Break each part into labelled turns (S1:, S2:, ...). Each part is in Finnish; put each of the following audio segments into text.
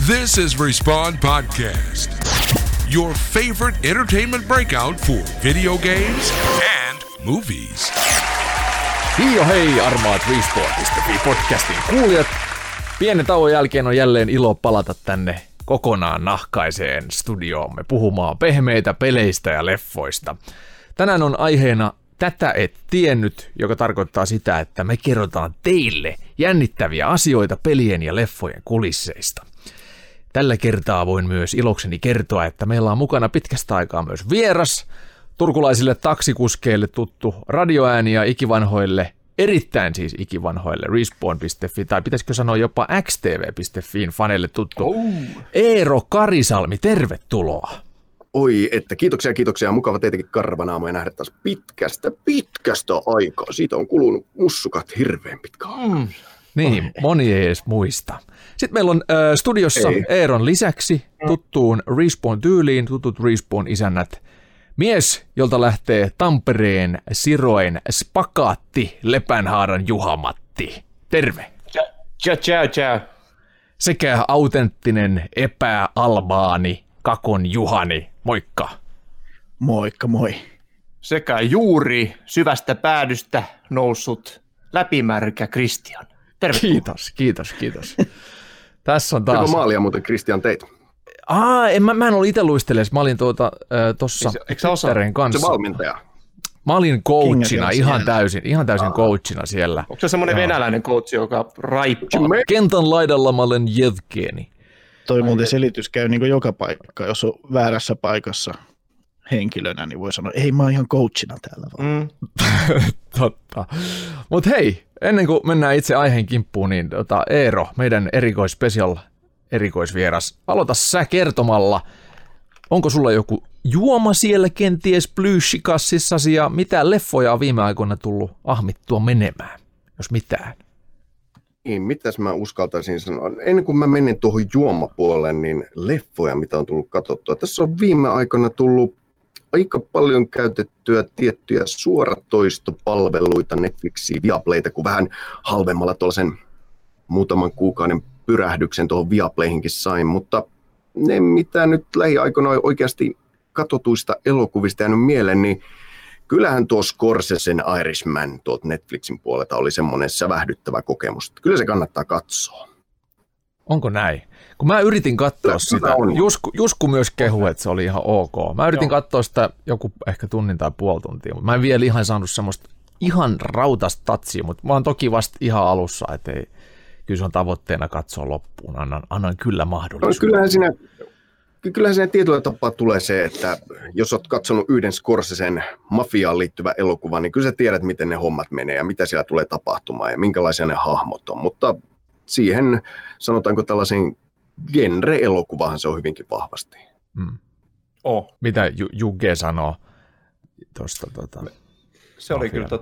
S1: This is Respawn Podcast, your favorite entertainment breakout for video games and movies.
S2: Hei armaat Respawn.fi-podcastin kuulijat. Pienen tauon jälkeen on jälleen ilo palata tänne kokonaan nahkaiseen studioomme puhumaan pehmeitä peleistä ja leffoista. Tänään on aiheena Tätä et tiennyt, joka tarkoittaa sitä, että me kerrotaan teille jännittäviä asioita pelien ja leffojen kulisseista. Tällä kertaa voin myös ilokseni kertoa, että meillä on mukana pitkästä aikaa myös vieras, turkulaisille taksikuskeille tuttu radioääni ja ikivanhoille, erittäin siis ikivanhoille Respawn.fi, tai pitäisikö sanoa jopa XTV.fiin faneille tuttu Eero Karisalmi, tervetuloa.
S3: Oi, että kiitoksia. Mukava teitäkin karvanaamoja nähdä taas pitkästä aikaa. Siitä on kulunut mussukat hirveän pitkä aikaa.
S2: Niin, moni ei edes muista. Sitten meillä on studiossa Eeron lisäksi tuttuun Respawn-tyyliin, tutut Respawn-isännät. Mies, jolta lähtee Tampereen Siroen spakaatti Lepänhaaran Juha-Matti. Terve.
S4: Ciao.
S2: Sekä autenttinen epä-albaani Kakon Juhani. Moikka.
S5: Moikka, moi.
S4: Sekä juuri syvästä päädystä noussut läpimärkä Kristian. Tervetuloa.
S2: Kiitos. Tässä on taas.
S3: Joko maalia muuten Kristian teit?
S2: Mä en ollut itse luistelemaan. Mä olin tuossa tyttären kanssa.
S3: Se valmentaja.
S2: Mä olin coachina ihan täysin coachina siellä.
S4: Onko se semmoinen venäläinen coach, joka raippaa?
S2: Kentän laidalla mä olen Jevgeni.
S5: Toi muuten selitys käy niin kuin joka paikka. Jos on väärässä paikassa henkilönä, niin voi sanoa, ei mä oon ihan coachina täällä vaan.
S2: Totta. Mut hei, ennen kuin mennään itse aiheen kimppuun, niin Eero, meidän erikoisvieras, aloita sä kertomalla, onko sulla joku juoma siellä kenties plyysikassissasi ja mitä leffoja on viime aikoina tullut ahmittua menemään, jos mitään?
S3: Niin, mitäs mä uskaltaisin sanoa? Ennen kuin mä menen tuohon juomapuolelle, niin leffoja, mitä on tullut katsottua. Tässä on viime aikoina tullut aika paljon käytettyä tiettyjä suoratoistopalveluita, Netflixiä, Viaplayta, kun vähän halvemmalla tuollaisen muutaman kuukauden pyrähdyksen tuohon Viaplayhinkin sain, mutta ne mitä nyt lähiaikoina oikeasti katsotuista elokuvista jäänyt mieleen, niin kyllähän tuo Scorsesen Irishman tuolta Netflixin puolelta oli semmoinen sävähdyttävä kokemus. Kyllä se kannattaa katsoa.
S2: Onko näin? Kun mä yritin katsoa sitä, Jusku myös kehui, että se oli ihan ok. Mä yritin katsoa sitä joku ehkä tunnin tai puoli tuntia, mutta mä en vielä ihan saanut semmoista ihan rautasta tatsia, mutta mä oon toki vasta ihan alussa, että ei, kyllä se on tavoitteena katsoa loppuun. Annan kyllä mahdollisuuden.
S3: Kyllähän siinä tietyllä tapaa tulee se, että jos olet katsonut yhden Scorsesen mafiaan liittyvä elokuva, niin kyllä sä tiedät, miten ne hommat menee ja mitä siellä tulee tapahtumaan ja minkälaisia ne hahmot on. Mutta siihen, sanotaanko tällaisen genre-elokuvahan se on hyvinkin vahvasti.
S2: Mitä Jugge sanoo tuosta?
S4: Se oli kyllä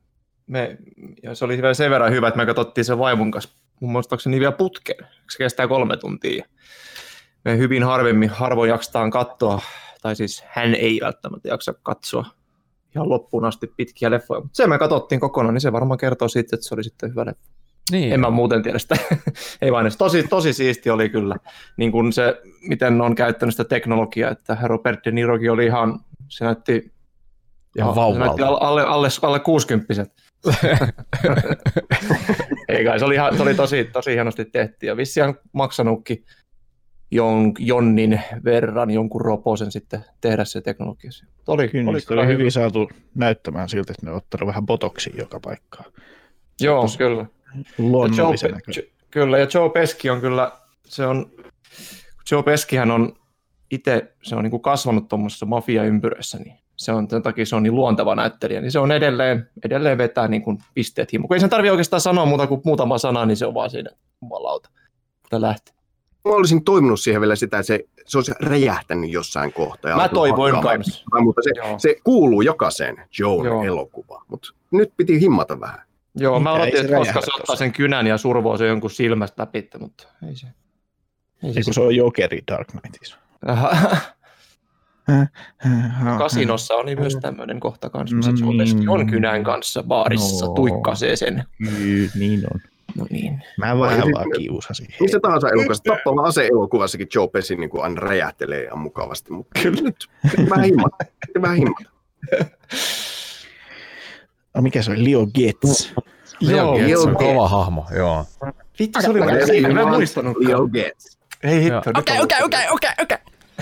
S4: ja se oli vielä sen verran hyvä, että me katsottiin sen vaimon kanssa muistaakseni vielä putkeen. Se kestää 3 tuntia. Me hyvin harvoin jaksetaan katsoa, tai siis hän ei välttämättä jaksa katsoa ihan loppuun asti pitkiä leffoja. Mutta se me katsottiin kokonaan, niin se varmaan kertoo siitä, että se oli sitten hyvä leffa.
S2: Niin.
S4: En mä muuten tiedä sitä. Ei vain, tosi siisti oli kyllä. Niin kuin se, miten on käyttänyt sitä teknologiaa, että Robert De Nirokin oli ihan, se näytti
S2: vauvalta.
S4: alle 60-vuotiaat. Ei kai, se oli tosi hienosti tehty ja vissiin maksanutkin jonnin verran jonkun roposen sitten tehdä se teknologia.
S5: Oli hyvin saatu näyttämään siltä, että ne on ottanut vähän botoksia joka paikkaan.
S4: Joo, kyllä.
S5: Luonnollisena.
S4: Kyllä, ja Joe Pesci on kyllä, Joe Pescihän on itse, se on niin kuin kasvanut tuommoisessa mafia-ympyrössä, niin sen takia se on niin luonteva näyttelijä, niin se on edelleen vetää niin kuin pisteet himu. Kun ei sen tarvitse oikeastaan sanoa muuta kuin muutama sana, niin se on vaan siinä jumalauta, kun lähtee.
S3: Mä olisin toiminut siihen vielä sitä, että se olisi räjähtänyt jossain kohtaa.
S4: Mä toivoin kanssa.
S3: Mutta se kuuluu jokaiseen Joen elokuvaan, mutta nyt piti himmata vähän.
S4: Joo, mä odotin, että koska se ottaa sen kynän ja survoo se jonkun silmästä läpi, mutta ei se.
S5: Kun se on Jokeri Dark Knightissa.
S4: Kasinossa oli myös tämmöinen kohta kanssa, missä Joe Pesci on kynän kanssa baarissa, tuikkasee sen.
S5: Niin on.
S4: No niin.
S5: Mä vähän vaan kiusasin.
S3: Missä tahansa elokuvassa, Tappava ase-elokuvassakin Joe Pesci niin kuin aina räjähtelee ihan mukavasti, mutta kyllä nyt vähän himmata.
S5: No, mikä se oli? Leo Getz.
S2: Leo Getz on kova hahmo, joo.
S4: Vittu, se oli vähän mä en muistanut.
S3: Leo Getz.
S4: Ei hitto.
S2: Okei.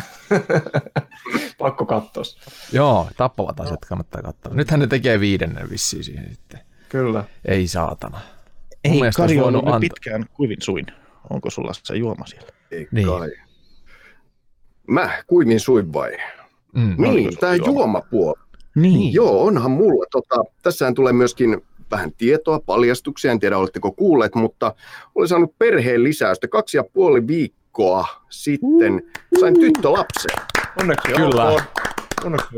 S4: Pakko katsoa.
S2: Joo, Tappavat asiat kannattaa katsoa. Nythän ne tekee 5. vissiin siihen sitten.
S4: Kyllä.
S2: Ei saatana.
S5: Ei, Kari on ollut pitkään kuivin suin. Onko sulla se juoma siellä?
S3: Ei
S2: niin.
S3: kai. Mä kuivin suin vai? Niin, tää juomapuoli.
S5: Niin.
S3: Joo, onhan mulla. Tässähän tulee myöskin vähän tietoa, paljastuksia, en tiedä oletteko kuulleet, mutta olin saanut perheen lisäystä 2,5 viikkoa sitten. Sain tyttölapsen.
S4: Onneksi
S2: Kyllä.
S4: Onneksi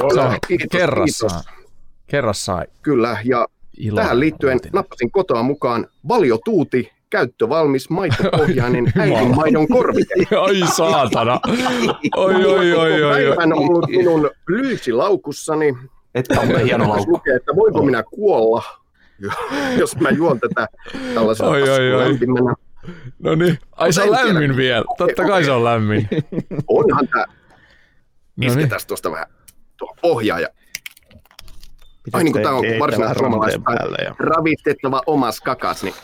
S2: kerrassaan.
S3: Kyllä, ja tähän liittyen nappasin kotoa mukaan valiotuuti, käyttövalmis, maitopohjainen äidinmaidon korvike.
S2: Ai saatana. Oi.
S3: Päivän on ollut minun lyysilaukussani.
S4: Että on hieno laukku.
S3: Lukee, että voinko minä kuolla, jos mä juon tätä tällaisena lämpimänä.
S2: No niin, ai se on lämmin vielä. Totta kai se on lämmin.
S3: Onhan tää. Isketään tuosta vähän tuohon pohjaan. Ai niin kuin tää on varsinaisesti suomalaista ravitettava omas kakas. Niin.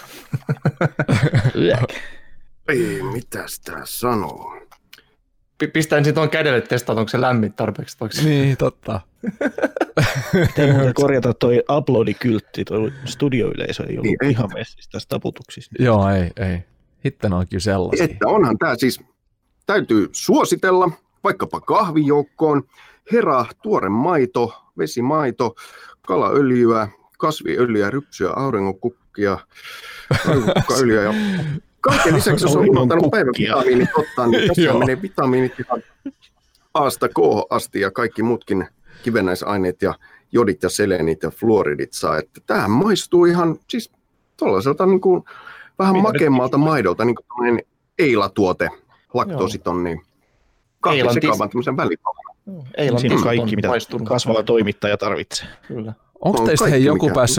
S3: Ei, mitäs tää sanoo?
S4: Pistää ensin tuon kädelle testaa, onko se lämmin tarpeeksi.
S2: Niin, totta.
S5: Pitää korjata toi uploadikyltti, toi studioyleisö ei ollut ihan messissä tässä taputuksissa.
S2: Joo, ei. Hitten on kyllä sellaisia.
S3: Että onhan tää siis, täytyy suositella vaikkapa kahvijoukkoon, Hera, tuore maito, vesimaito, kalaöljyä, kasviöljyä, rypsyä, auringonkukkia, auringonkukkaöljyä ja kaiken lisäksi, jos on ottanut päivän vitamiinit ottaa, niin tässä menee vitamiinit ihan A:sta K:hon asti ja kaikki muutkin kivennäisaineet ja jodit ja selenit ja fluoridit saa. Että tämähän maistuu ihan siis tuollaiselta niin kuin vähän makeammalta maidolta, niin kuin tämmöinen Eila-tuote, laktoositon, niin kahden sekaavan tämmöisen välipalan.
S5: Siinä on kaikki, mitä kasvava toimittaja tarvitsee.
S4: Kyllä.
S2: Onko teistä joku päässyt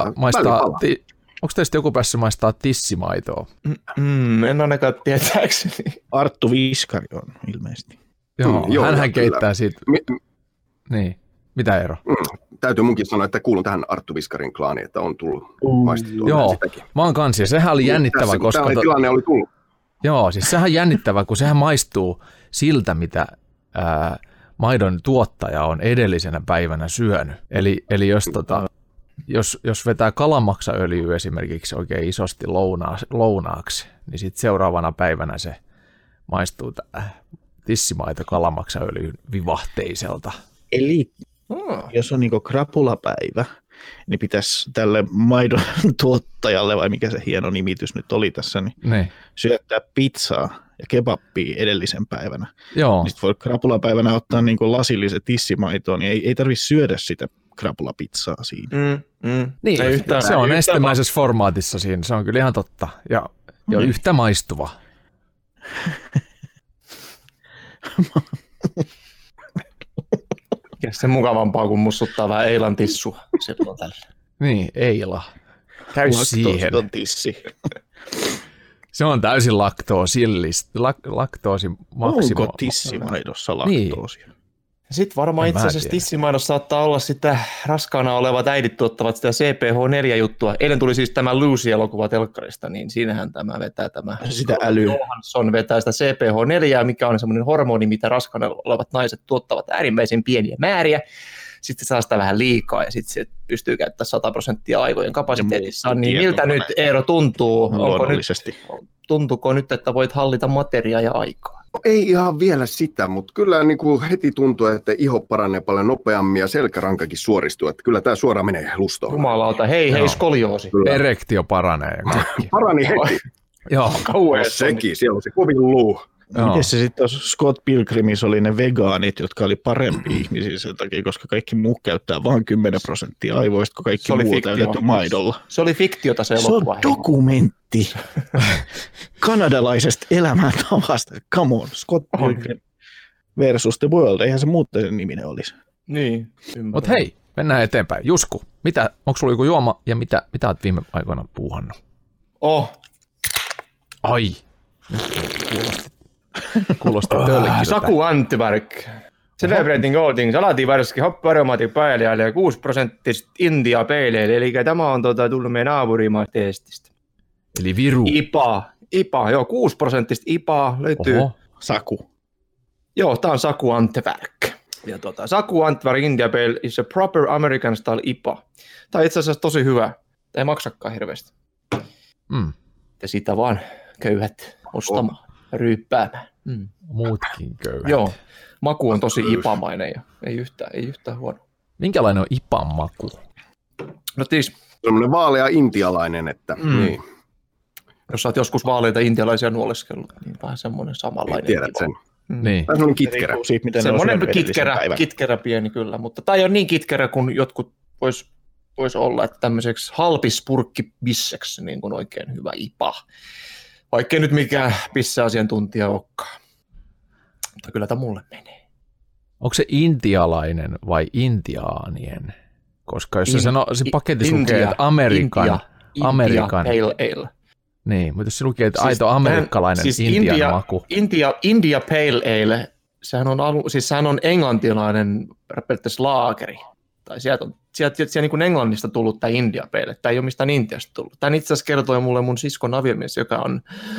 S2: maistaa tissimaitoa?
S4: En ainakaan tietääkseni.
S5: Arttu Viskari on ilmeisesti.
S2: Joo, hänhän keittää siitä. Niin, mitä ero?
S3: Täytyy munkin sanoa, että kuulun tähän Arttu Viskarin klaaniin, että on tullut maistettua.
S2: Joo,
S3: sitäkin.
S2: mä oon kanssa, ja sehän oli jännittävä,
S3: tässä,
S2: koska...
S3: tilanne oli tullut.
S2: Joo, siis sehän on jännittävä, kun sehän maistuu siltä, mitä maidon tuottaja on edellisenä päivänä syönyt. Eli jos vetää kalamaksaöljyä esimerkiksi oikein isosti lounaaksi, niin sitten seuraavana päivänä se maistuu tissimaito kalamaksaöljyn vivahteiselta.
S5: Eli jos on niinku krapulapäivä, niin pitäisi tälle maidon tuottajalle, vai mikä se hieno nimitys nyt oli tässä, niin syöttää pizzaa ja kebappia edellisen päivänä.
S2: Joo.
S5: Niin sitten voi krapulapäivänä ottaa niinku lasilliset tissimaitoon, niin ei tarvitse syödä sitä krapulapizzaa siinä.
S2: Niin, se on nestemäisessä formaatissa siinä, se on kyllä ihan totta. Ja yhtä maistuva.
S4: Ja se mukavampaa, kun mussuttaa vähän Eilan tissua silloin tällä.
S2: Niin, Eila. Käy siihen.
S5: Tissi.
S2: Se on täysin laktoosi maksimo.
S5: Onko tissimaidossa laktoosia?
S4: Niin. Sitten varmaan itse asiassa tissimaidossa saattaa olla sitä raskaana olevat äidit tuottavat sitä CPH4-juttua. Eilen tuli siis tämä Lucy-elokuva telkkarista, niin siinähän tämä vetää tämä.
S5: Sitä älyä.
S4: Johansson vetää sitä CPH4, mikä on semmoinen hormoni, mitä raskaana olevat naiset tuottavat äärimmäisen pieniä määriä. Sitten se saa sitä vähän liikaa ja sitten se pystyy käyttämään 100% aivojen kapasiteetissa. Niin miltä nyt, Eero, tuntuu? Tuntuuko nyt, että voit hallita materiaa ja aikaa?
S3: Ei ihan vielä sitä, mutta kyllä niin kuin heti tuntuu, että iho paranee paljon nopeammin ja selkärankakin suoristuu. Että kyllä tämä suoraan menee lustoon.
S4: Jumalauta, hei skolioosi.
S2: Erektio paranee ja kaikki.
S3: Parani heti.
S2: Joo.
S3: Kauhean sekin, siellä on se kovin luu.
S5: Miten se sitten Scott Pilgrimis oli ne vegaanit, jotka oli parempi ihmisiä sen takia, koska kaikki muu käyttää vain 10% aivoista, kun kaikki muu täytetty maidolla.
S4: Se oli fiktiota se elokuva.
S5: Se on dokumentti kanadalaisesta elämäntavasta. Come on, Scott Pilgrim versus The World. Eihän se muuten niminen olisi.
S4: Niin.
S2: Mutta hei, mennään eteenpäin. Jusku, onko sulla joku juoma ja mitä olet viime aikoina puuhannut? Ai. Kuulosti tölkiltä.
S4: Saku Antwerk. Celebrating all things. Alativärski happaromatik pääljäälle ja 6% India Pale Ale. Eli tämä on tullut meidän naapurimaa Teestistä.
S2: Eli Viru.
S4: IPA, joo, 6% IPA löytyy.
S2: Oho.
S5: Saku.
S4: Joo, tää on Saku Antwerk. Ja Saku Antwerk India Pale is a proper American style IPA. Tää on itse asiassa tosi hyvä. Tää ei maksakaan hirveästi. Ja sitä vaan köyhät ostamaan, ryyppäämään.
S2: Muutkin köyhät.
S4: Joo, maku on tosi ipamainen ja ei yhtään huono.
S2: Minkälainen on IPAn maku?
S4: No siis,
S3: semmoinen vaalea intialainen, että niin.
S4: Jos sä oot joskus vaaleita intialaisia nuoleskellut, niin vähän semmoinen samanlainen.
S3: Tiedät sen.
S2: Niin.
S3: Tämä on kitkerä.
S4: Semmoinen kitkerä pieni kyllä, mutta tämä ei ole niin kitkerä kuin jotkut vois olla, että tämmöiseksi halpispurkkibisseksi niin kuin oikein hyvä IPA. Vaikkei nyt mikään pisseasiantuntija olekaan. Mutta kyllä tämä mulle menee.
S2: Onko se intialainen vai intiaanien? Koska jos se paketissa lukee, että Amerikan.
S4: India Pale Ale.
S2: Niin, mutta jos se lukee, että aito amerikkalainen Intian maku.
S4: India Pale Ale, sehän on englantilainen periaatteessa laageri. Tai sieltä niin kuin Englannista tullut tämä India Pale. Tämä ei ole mistään Intiasta tullut. Tämän itse asiassa kertoi mulle mun siskon aviomies, joka on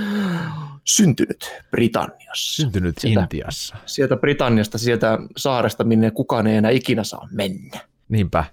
S4: syntynyt Britanniassa.
S2: Intiassa.
S4: Sieltä Britanniasta, sieltä saaresta, minne kukaan ei enää ikinä saa mennä.
S2: Niinpä.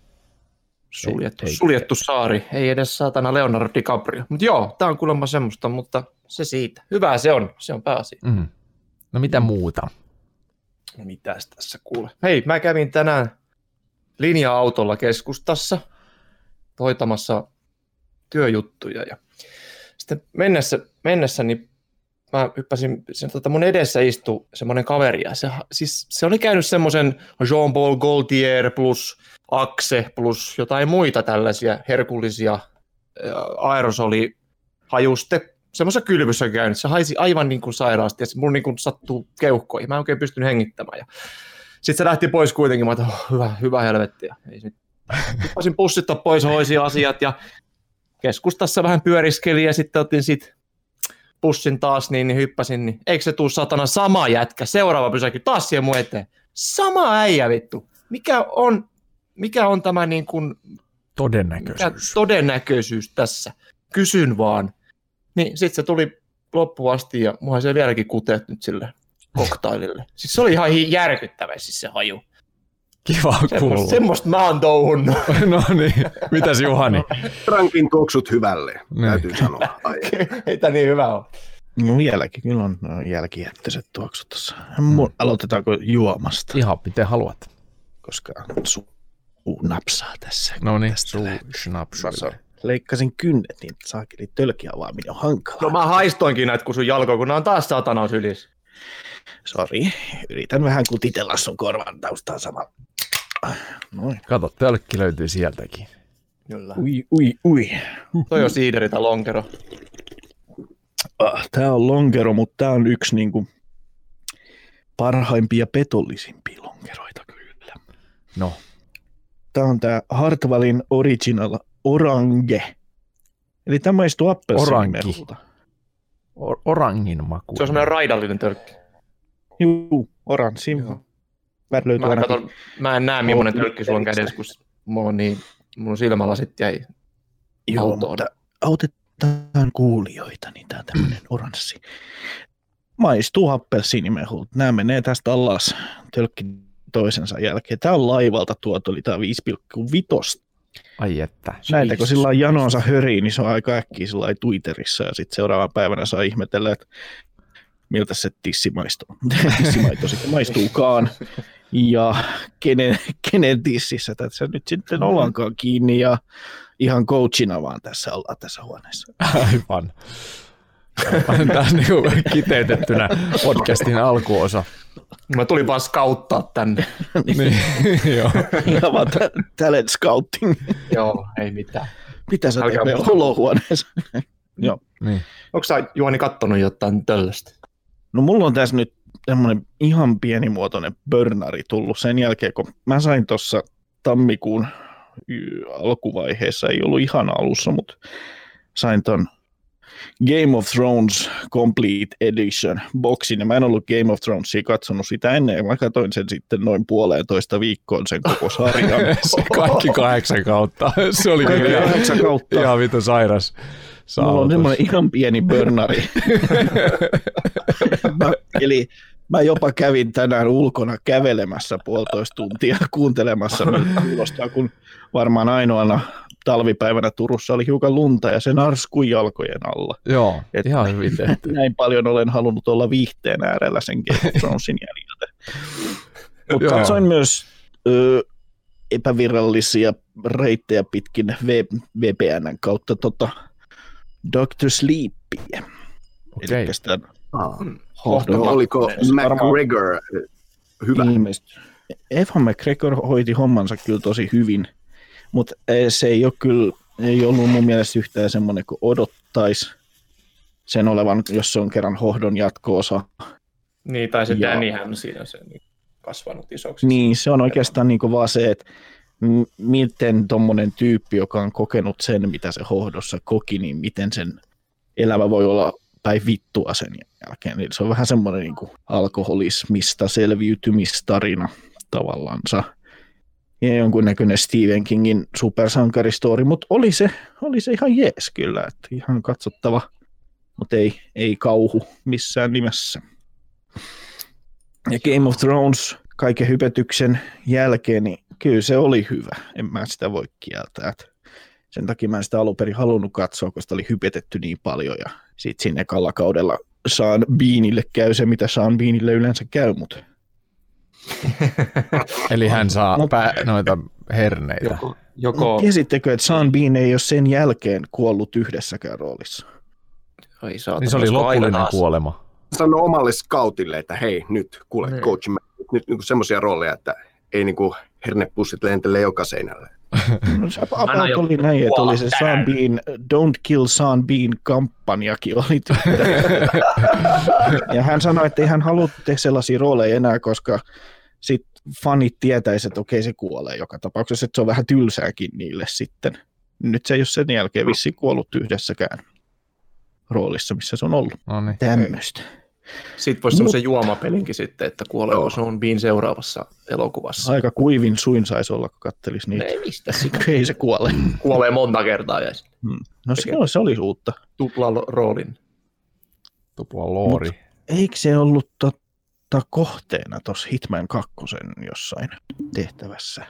S4: Suljettu saari, ei edes saatana Leonardo DiCaprio. Mutta joo, tää on kuulemma semmoista, mutta se siitä. Hyvää se on pääasia.
S2: No mitä muuta?
S4: No mitäs tässä kuule? Hei, mä kävin tänään linja-autolla keskustassa hoitamassa työjuttuja ja sitten mennessä niin mä hyppäsin, mun edessä istui semmoinen kaveri ja se oli käynyt semmoisen Jean-Paul Gaultier plus Axe plus jotain muita tällaisia herkullisia aerosolihajuste semmoisessa kylvyssä käynyt. Se haisi aivan niin kuin sairaasti ja se mun niin kuin sattuu keuhkoihin. Mä en oikein pystynyt hengittämään. Sitten se lähti pois kuitenkin. Mä ajattelin, hyvä helvetti. Hyppäsin pussittaa pois, hoisi asiat ja keskustassa vähän pyöriskeli ja sitten otin pussin taas, niin hyppäsin. Niin eikö se tuu satana sama jätkä? Seuraava pysäkki taas siihen mun eteen. Sama äijä vittu. Mikä on tämä niin kuin todennäköisyys tässä? Kysyn vaan. Niin sit se tuli loppuun asti ja mulla se vieläkin kuteet nyt sille koktailille. Siis se oli ihan järkyttävä siis se haju.
S2: Kiva kuulla.
S4: Semmosta mä oon touhunnut.
S2: No niin, mitäs Juhani?
S3: Rankin tuoksut hyvälle, täytyy sanoa.
S4: Ei tää niin hyvä ole.
S5: No vieläkin, kyllä on jälkijättöiset tuoksut tuossa. Aloitetaanko juomasta?
S2: Ihan, miten haluat.
S5: Koska suu napsaa tässä.
S2: No niin, suu napsaa.
S5: Leikkasin kynnet, niin saakeli tölkiavaaminen on hankalaa.
S4: No mä haistoinkin näitä kun sun jalkoja, kun nää on taas satana sylissä.
S5: Sori, yritän vähän kutitella sun korvan taustaa sama. Noin.
S2: Kato, tölkki löytyy sieltäkin.
S4: Kyllä.
S5: Ui.
S4: Toi on siideri tai lonkero.
S5: Tää on lonkero, mutta tää on yksi niinku parhaimpia petollisimpia lonkeroita kyllä.
S2: No.
S5: Tää on tää Hartwallin Original Orange. Eli tämä maistuu appelsiinimelulta.
S2: Orangin maku.
S4: Se on semmoinen raidallinen tölkki.
S5: Juu, oranssi.
S4: Mä en näe, millainen tölkki sulla on kädessä, kun mulla on silmälasit jäi
S5: Joo,
S4: autoon.
S5: mutta autetaan kuulijoita, niin tää on tämmönen oranssi. Maistuu appelsiinimehulta. Nämä menee tästä alas tölkki toisensa jälkeen. Tää on laivalta tuotu, eli tää on 5,5.
S2: Ai että.
S5: Näitä kun sillä janonsa hörii, niin se on aika äkkiä sillä Twitterissä ja sitten seuraavan päivänä saa ihmetellä, että miltä se tissi maistuu. Tissimaito sitten maistuukaan. Ja kenen tississä tässä nyt sitten ollaankaan kiinni ja ihan coachina vaan tässä ollaan tässä huoneessa.
S2: Aivan. Tässä niinku kiteytettynä podcastin alkuosa.
S4: Mä tulin vaan skauttaa tänne.
S2: Niin, joo.
S5: Ihan vaan talent scouting.
S4: Joo, ei mitään.
S5: Mitä sä teet meidän olohuoneessa? Joo.
S4: Niin. Onko sä, Juhani, kattonut jotain tällaista?
S5: No mulla on tässä nyt semmoinen ihan pienimuotoinen burnari tullut sen jälkeen, kun mä sain tuossa tammikuun alkuvaiheessa, ei ollut ihan alussa, mutta sain ton Game of Thrones Complete Edition boksin, ja mä en ollut Game of Thronesia katsonut sitä ennen, ja mä katsoin sen sitten noin 1,5 viikkoon sen koko sarjan.
S2: Se kaikki 8 kautta. Se oli
S5: kaikki 8 kautta.
S2: Ihan vittu sairas.
S5: Mulla on semmoinen ihan pieni burnari. Eli mä jopa kävin tänään ulkona kävelemässä 1,5 tuntia kuuntelemassa kuulostaa, kun varmaan ainoana talvipäivänä Turussa oli hiukan lunta ja se narskui jalkojen alla.
S2: Joo, ihan hyvin tehty.
S5: Näin paljon olen halunnut olla viihteen äärellä sen Game of Thronesin jäljiltä. Mutta katsoin myös epävirallisia reittejä pitkin VPN:n kautta Dr. Sleepia.
S2: Okei.
S3: Oliko McGregor hyvä?
S5: Ilmeisesti. Evan McGregor hoiti hommansa kyllä tosi hyvin, mutta se ei ollut mun mielestä yhtään semmoinen kuin odottaisi sen olevan, jos se on kerran hohdon jatko-osa.
S4: Niin, tai se Dannyhän siinä se kasvanut isoksi.
S5: Niin, se on oikeastaan niin kuin vaan se, että miten tommonen tyyppi, joka on kokenut sen, mitä se hohdossa koki, niin miten sen elämä voi olla päin vittua sen jälkeen. Eli se on vähän semmoinen niin kuin alkoholismista selviytymistarina tavallaansa. Ja jonkunnäköinen Stephen Kingin supersankaristori, mutta oli se ihan jees kyllä, että ihan katsottava, mutta ei kauhu missään nimessä. Ja Game of Thrones kaiken hypetyksen jälkeen, niin kyllä se oli hyvä. En mä sitä voi kieltää. Sen takia mä en sitä alun perin halunnut katsoa, koska sitä oli hypetetty niin paljon. Ja sitten siinä ekalla kaudella Sean Beanille käy se, mitä Sean Beanille yleensä käy.
S2: Eli hän saa noita herneitä.
S5: Tiesittekö, että Sean Bean ei ole sen jälkeen kuollut yhdessäkään roolissa?
S2: Niin se oli lopullinen kuolema.
S3: Sano omalle scoutille, että hei, nyt kuule, coach, nyt niin semmoisia rooleja, että ei niin kuin hernepussit lentele joka seinälle.
S5: No, se oli näin, että oli se Sean Bean, Don't Kill Sean Bean -kampanjakin oli ja hän sanoi, että ei hän halua tehdä sellaisia rooleja enää, koska sit fanit tietäisi, että okei, se kuolee joka tapauksessa, että se on vähän tylsääkin niille sitten. Nyt se ei ole sen jälkeen vissiin kuollut yhdessäkään roolissa, missä se on ollut.
S2: No niin.
S5: Tämmöistä.
S4: Sitten voisi semmoisen juomapelinkin sitten, että kuoleeko Sean Bean seuraavassa elokuvassa.
S5: Aika kuivin suin saisi olla, kun kattelisi niitä.
S4: Ei mistä sitä.
S5: Ei se kuole.
S4: Kuolee monta kertaa. Ja
S5: no se olisi uutta.
S4: Tupla-roolin.
S2: Tupla-loori.
S5: Eikö se ollut kohteena tuossa Hitman 2 jossain tehtävässä?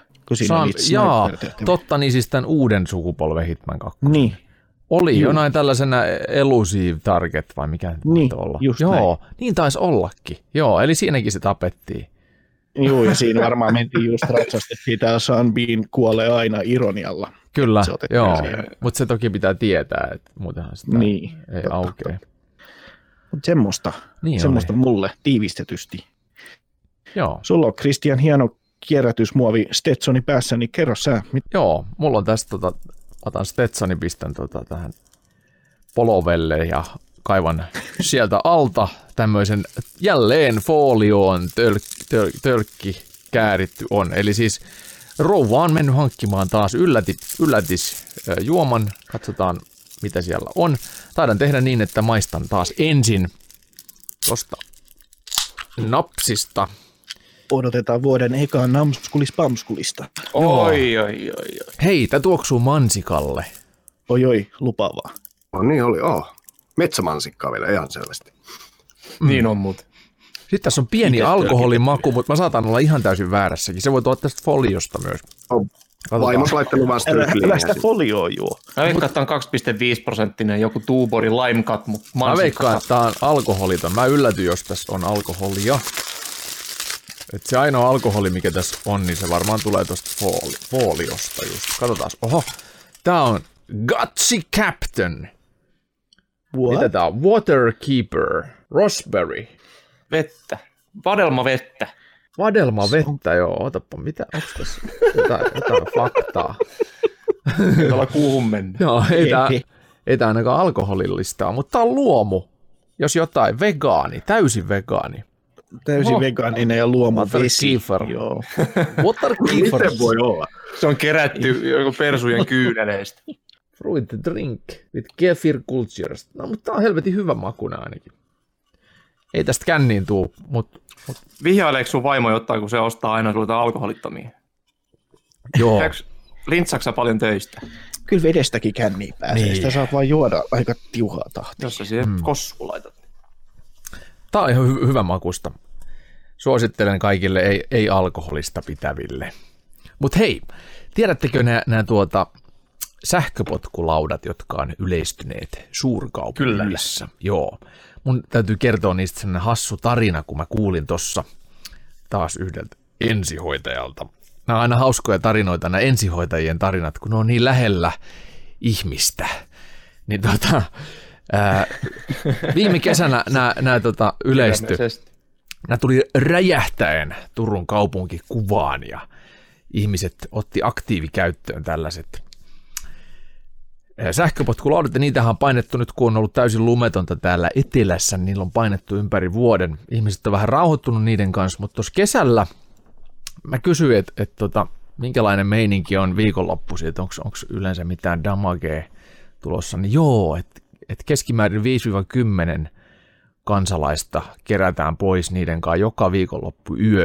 S2: Totta, niin siis tämän uuden sukupolven Hitman 2.
S5: Niin.
S2: Oli jonain tällaisena elusive target vai mikä
S5: niin,
S2: olla.
S5: Joo,
S2: näin. Niin taisi ollakin. Joo, eli siinäkin se tapettiin.
S5: Joo, ja siinä varmaan mentiin just ratsastettiin, että Sean Bean kuolee aina ironialla.
S2: Kyllä, joo, mutta se toki pitää tietää, että muutenhan sitä ei aukea.
S5: Mutta semmoista mulle tiivistetysti.
S2: Joo.
S5: Sulla on, Christian, hieno kierrätysmuovi Stetsoni päässä, niin kerro sä.
S2: Joo, mulla on tästä, otan Stetsoni, pistän tähän polovelle ja kaivan sieltä alta tämmöisen jälleen folioon tölkki kääritty on. Eli siis rouva on mennyt hankkimaan taas yllätysjuoman. Katsotaan, mitä siellä on. Taidan tehdä niin, että maistan taas ensin tuosta napsista.
S5: Odotetaan vuoden ekaan namskulis-pamskulista.
S4: Oi.
S2: Hei, tää tuoksuu mansikalle.
S5: Oi, lupaavaa.
S3: No niin oli, metsämansikkaa vielä ihan selvästi.
S4: Niin on mut.
S2: Sitten tässä on pieni alkoholimaku, mutta mä saatan olla ihan täysin väärässäkin. Se voi tuoda tästä foliosta myös.
S3: Vaimos laittanut vaan strykliiniä.
S5: Älä sitä folioa juo.
S4: Mä veikkaan, että on 2,5% joku Tuubori Lime Cut, mutta
S2: mä veikkaan, että tää on alkoholiton. Mä yllätyn, jos tässä on alkoholia. Et se ainoa alkoholi, mikä tässä on, niin se varmaan tulee tuosta foliosta just. Katsotaan. Oho, tää on Gutsy Captain.
S5: What?
S2: Mitä tää on? Waterkeeper. Raspberry.
S4: Vettä. Vadelmavettä.
S2: Vadelmavettä, joo. Otapa, mitä? Onko tässä jotain faktaa?
S4: Ei olla kuuhun mennä.
S2: Joo, ei tää ainakaan alkoholillista, mutta tää on luomu. Jos jotain, vegaani, täysin vegaani.
S5: Täysin vegaaninen ja luomu vesi.
S2: Joo.
S3: Miten voi olla?
S4: Se on kerätty joku persujen kyyneleistä.
S2: Fruit drink with kefir cultures. No, mutta tää on helvetin hyvä makuna ainakin. Ei tästä känniin tuu, mutta...
S4: Vihjaileeko sun vaimo jotain, kun se ostaa aina sulta alkoholittomia?
S2: Joo.
S4: Lintsaksa paljon töistä?
S5: Kyllä vedestäkin känniin pääsee. Niin. Sitä saat vaan juoda aika tiuhaa tahtia.
S4: Jos sä siihen kossuun laitat.
S2: Tää on ihan hyvä makusta. Suosittelen kaikille ei-alkoholista pitäville. Mutta hei, tiedättekö nämä sähköpotkulaudat, jotka on yleistyneet suurkaupungissa? Joo. Mun täytyy kertoa niistä sellainen hassu tarina, kun mä kuulin tuossa taas yhdeltä ensihoitajalta. Nämä on aina hauskoja tarinoita, nämä ensihoitajien tarinat, kun ne on niin lähellä ihmistä. Niin viime kesänä nämä yleistyi. Nämä tuli räjähtäen Turun kaupunkikuvaan ja ihmiset otti aktiivikäyttöön tällaiset sähköpotkulaudat, ja niitähän on painettu nyt, kun on ollut täysin lumetonta täällä etelässä, niin niillä on painettu ympäri vuoden. Ihmiset on vähän rauhoittunut niiden kanssa, mutta tuossa kesällä mä kysyin, että minkälainen meininki on viikonloppuisin, että onko yleensä mitään damagea tulossa, niin joo, että keskimäärin 5-10 kansalaista kerätään pois niiden kanssa joka viikonloppu yö.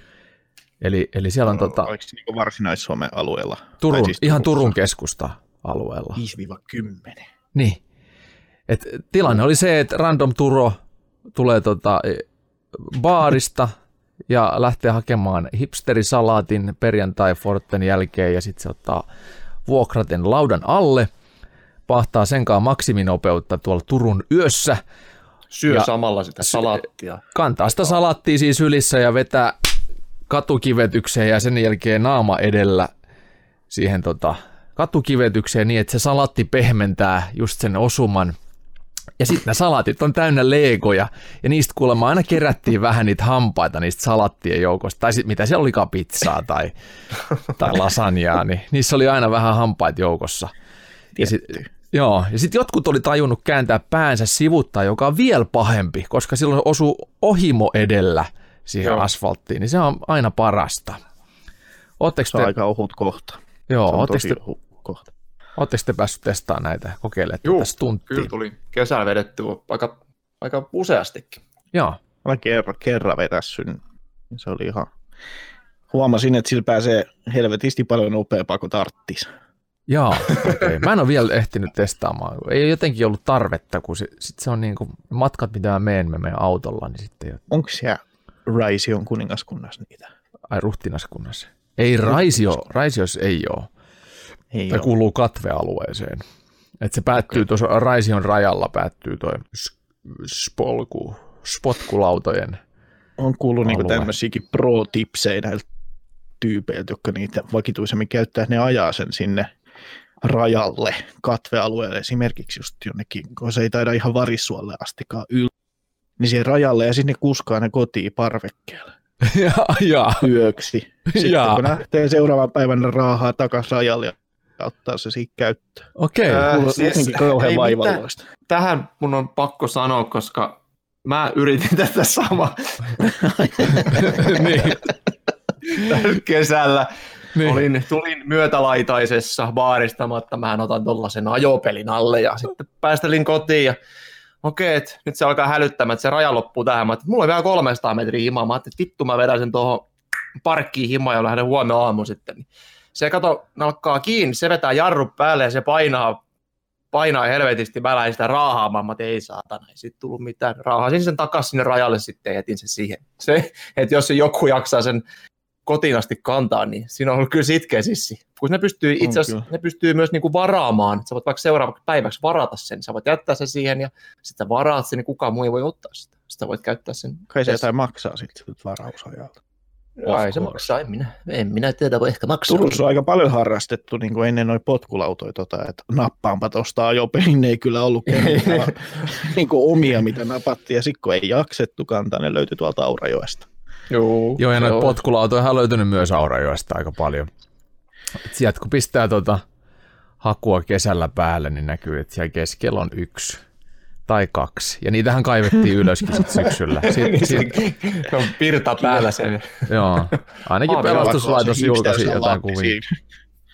S2: Eli siellä on
S5: Oliko se niin Varsinais-Suomen alueella?
S2: Siis ihan Turun keskusta alueella.
S5: 5-10.
S2: Niin. Et tilanne oli se, että Random Turo tulee baarista ja lähtee hakemaan hipsterisalaatin perjantai-forten jälkeen ja sitten se ottaa vuokraten laudan alle, pahtaa senkaan maksiminopeutta tuolla Turun yössä.
S4: Syö samalla sitä salaattia.
S2: Kantaa sitä salaattia siis ylissä ja vetää katukivetykseen ja sen jälkeen naama edellä siihen katukivetykseen niin, että se salaatti pehmentää just sen osuman. Ja sitten nämä salaatit on täynnä legoja ja niistä kuulemma aina kerättiin vähän niitä hampaita niistä salattien joukosta. Tai sitten mitä siellä olikaan, pizzaa tai lasagnea, niin niissä oli aina vähän hampaita joukossa. Ja sitten jotkut oli tajunnut kääntää päänsä sivuttaa, joka on vielä pahempi, koska silloin osuu ohimo edellä siihen asfalttiin, niin se on aina parasta.
S5: Se on aika ohut kohta.
S2: Joo, ootteko te päässyt testaamaan näitä, kokeilemaan tästä tuntia?
S4: Kyllä tuli kesällä vedetty aika useastikin.
S2: Joo.
S5: Mä kerran vetässyn. Se oli ihan... Huomasin, että sillä pääsee helvetisti paljon nopeampaa kuin tarttis.
S2: Joo, okay. Mä en ole vielä ehtinyt testaamaan. Ei ole jotenkin ollut tarvetta, kun se on niin kuin matkat, mitä mä menen autolla. Niin sitten
S5: onko siellä Raision kuningaskunnassa niitä?
S2: Ai ruhtinaskunnassa. Ei Raisios ei ole. Tai kuuluu katvealueeseen. Että se päättyy tuossa Raision rajalla, päättyy toi spotkulautojen.
S5: On kuullut niinku tämmöisiäkin pro-tipsejä näiltä tyypeiltä, jotka niitä vakituisemmin käyttää, ne ajaa sen sinne rajalle, katvealueelle esimerkiksi just jonnekin, kun se ei taida ihan Varissuolle astikaan yllä, niin siihen rajalle ja sinne kuskaa ne kotiin parvekkeelle. Yöksi. Sitten kun lähtee seuraavan päivän raahaa takaisin rajalle ja ottaa se siitä käyttöön.
S2: Okei.
S4: Tähän mun on pakko sanoa, koska mä yritin tätä samaa.
S2: Niin.
S4: Kesällä. Niin. Tulin myötälaitaisessa baaristamatta, mähän otan tollasen ajopelin alle ja sitten päästelin kotiin ja okei, että nyt se alkaa hälyttämään, että se raja loppuu tähän. Mä mulla on vielä 300 metriä himaa. Mä ajattelin, että vittu mä vedän sen tuohon parkkiin himaan ja lähden huomenna aamu sitten. Se nalkkaa kiinni, se vetää jarru päälle ja se painaa helvetisti. Mä lähdin sitä raahaamaan. Mä ajattelin, ei saatana, ei siitä tullut mitään. Raahasin sen takaisin sinne rajalle sitten ja jätin sen siihen. Se, että jos joku jaksaa sen kotiin asti kantaa, niin siinä on kyllä sitkeä sissi. Kun ne pystyy itse asiassa, ne pystyy myös niinku varaamaan. Sä voit vaikka seuraavaksi päiväksi varata sen. Sä voit jättää sen siihen ja sitten varaat sen, niin kukaan muu ei voi ottaa sitä. Sitten voit käyttää sen.
S5: Kai se jotain maksaa sitten varausajalta.
S4: Ai se maksaa, en minä tiedä, voi ehkä maksaa.
S5: Turussa on aika paljon harrastettu niin kuin ennen noin potkulautoja, että nappaanpa tuosta ajopelin, ne ei kyllä ollut niin kuin omia, mitä napattiin. Ja sitten kun ei jaksettu kantaa, ne löytyi tuolta Aurajoesta.
S2: Joo, ja noita potkulautoja on löytynyt myös Aurajoesta aika paljon. Sieltä kun pistää hakua kesällä päälle, niin näkyy, että siellä keskellä on 1 tai 2. Ja niitähän kaivettiin ylöskin sitten syksyllä.
S4: Se on pirta päällä sen.
S2: Joo, ainakin pelastuslaitos julkaisi jotain kuvia.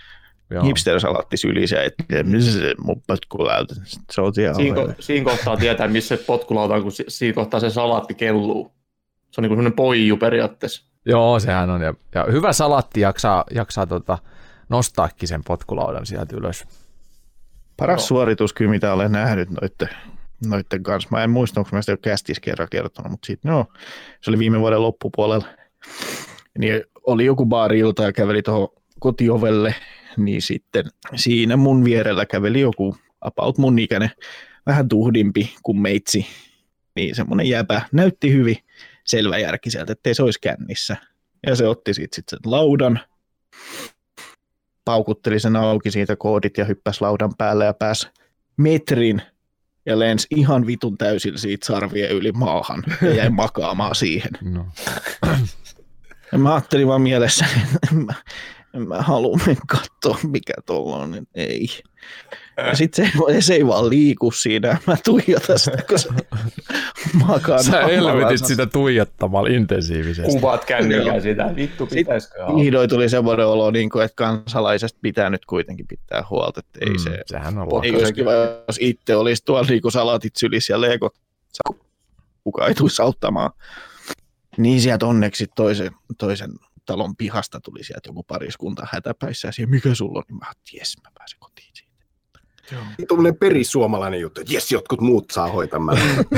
S5: hipster-salaatti sylissä, että missä se mun potkulauta. Se on
S4: siinä kohtaa tietää, missä se potkulauta on, kun siinä kohtaa se salaatti kelluu. Se on niin kuin sellainen poiju periaatteessa.
S2: Joo, sehän on. Ja hyvä salaatti jaksaa nostaakin sen potkulaudan sieltä ylös.
S5: Paras suoritus kyllä, mitä olen nähnyt noitten kanssa. Mä en muista, onko mä sitä jo kästissä kerran kertonut, mutta se oli viime vuoden loppupuolella. Niin oli joku baari-ilta ja käveli tuohon kotiovelle, niin sitten siinä mun vierellä käveli joku about mun ikäinen, vähän tuhdimpi kuin meitsi. Niin semmoinen jäpä näytti hyvin selväjärkiseltä, ettei se olisi kännissä. Ja se otti sitten sen laudan, paukutteli sen auki siitä koodit ja hyppäsi laudan päälle ja pääsi metrin ja lensi ihan vitun täysillä siitä sarvien yli maahan ja jäi makaamaan siihen. No. Ja mä ajattelin vaan mielessä, että en mä halua mennä katsoa, mikä tuolla on, niin ei. Ja sitten se ei vaan liiku siinä. Mä tuijotan sitä, kun se makaa.
S2: Sä elvetit sitä tuijottamalla intensiivisesti.
S4: Kuvaat kännykään sitä. Vittu, pitäisikö?
S5: Vihdoin tuli semmoinen olo, että kansalaisesta pitää nyt kuitenkin pitää huolta. Että ei
S2: sehän on
S5: ei olisi kiva, jos itse olisi tuolla salaatit sylissä ja leekot. Kuka ei tulisi auttamaan. Niin sieltä onneksi toisen talon pihasta tuli sieltä joku pariskunta hätäpäissä ja siihen, mikä sulla on, niin mä ajattelin, jes, mä pääsen kotiin siitä.
S3: Tuollainen perisuomalainen juttu, että jes, jotkut muut saa hoitamaan.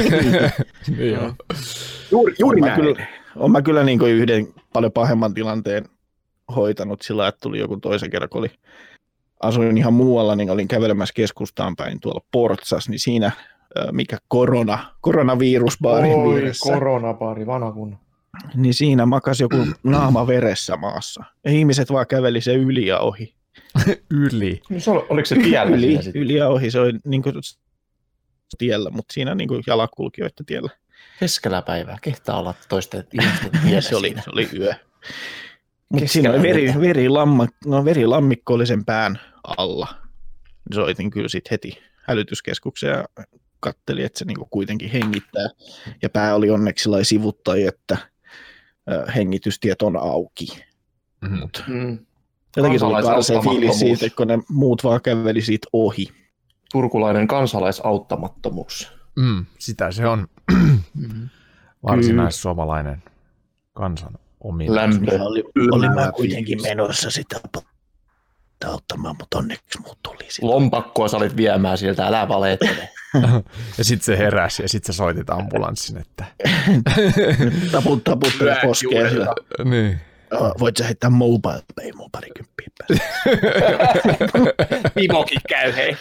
S3: Juuri näin.
S5: Olen mä kyllä niin kuin yhden paljon pahemman tilanteen hoitanut sillä, että tuli joku toisen kerran, kun asuin ihan muualla, niin olin kävelemässä keskustaan päin tuolla Portsas, niin siinä mikä koronavirusbaarin vieressä.
S4: Koronabaari, vanha kun.
S5: Niin siinä makasi joku naama veressä maassa. Ja ihmiset vaan käveli sen yli ja ohi.
S2: Yli?
S4: Oliko se tiellä?
S5: Yli ja ohi. Se oli niin kuin tiellä, mutta siinä niin kuin jalankulkijoiden tiellä.
S4: Keskellä päivää. Kehtaa olla toisten ihmisten tiellä.
S5: se oli yö. Mutta siinä oli verilammikko oli sen pään alla. Soitin kyllä sitten heti hälytyskeskukseen ja katselin, että se niinku kuitenkin hengittää. Ja pää oli onneksi sivuttai, että hengitystiet on auki. Jotenkin tuli karseen fiilis siitä, kun ne muut vaan käveli siitä ohi.
S4: Turkulainen kansalaisauttamattomuus.
S2: Sitä se on. Varsinais-suomalainen kansan ominaisuus.
S5: Olin mä kuitenkin menossa sitä auttamaan, mutta onneksi muut tuli sitä.
S4: Lompakkoa sä olit viemään sieltä, älä valehtele.
S2: Ja sitten se heräsi ja sitten sä soitit ambulanssin, että
S5: taputtele poskea sillä.
S2: Niin.
S5: Voit sä heittää mobile pay mun parikymppiä päälle.
S4: Pimokin käy, hei.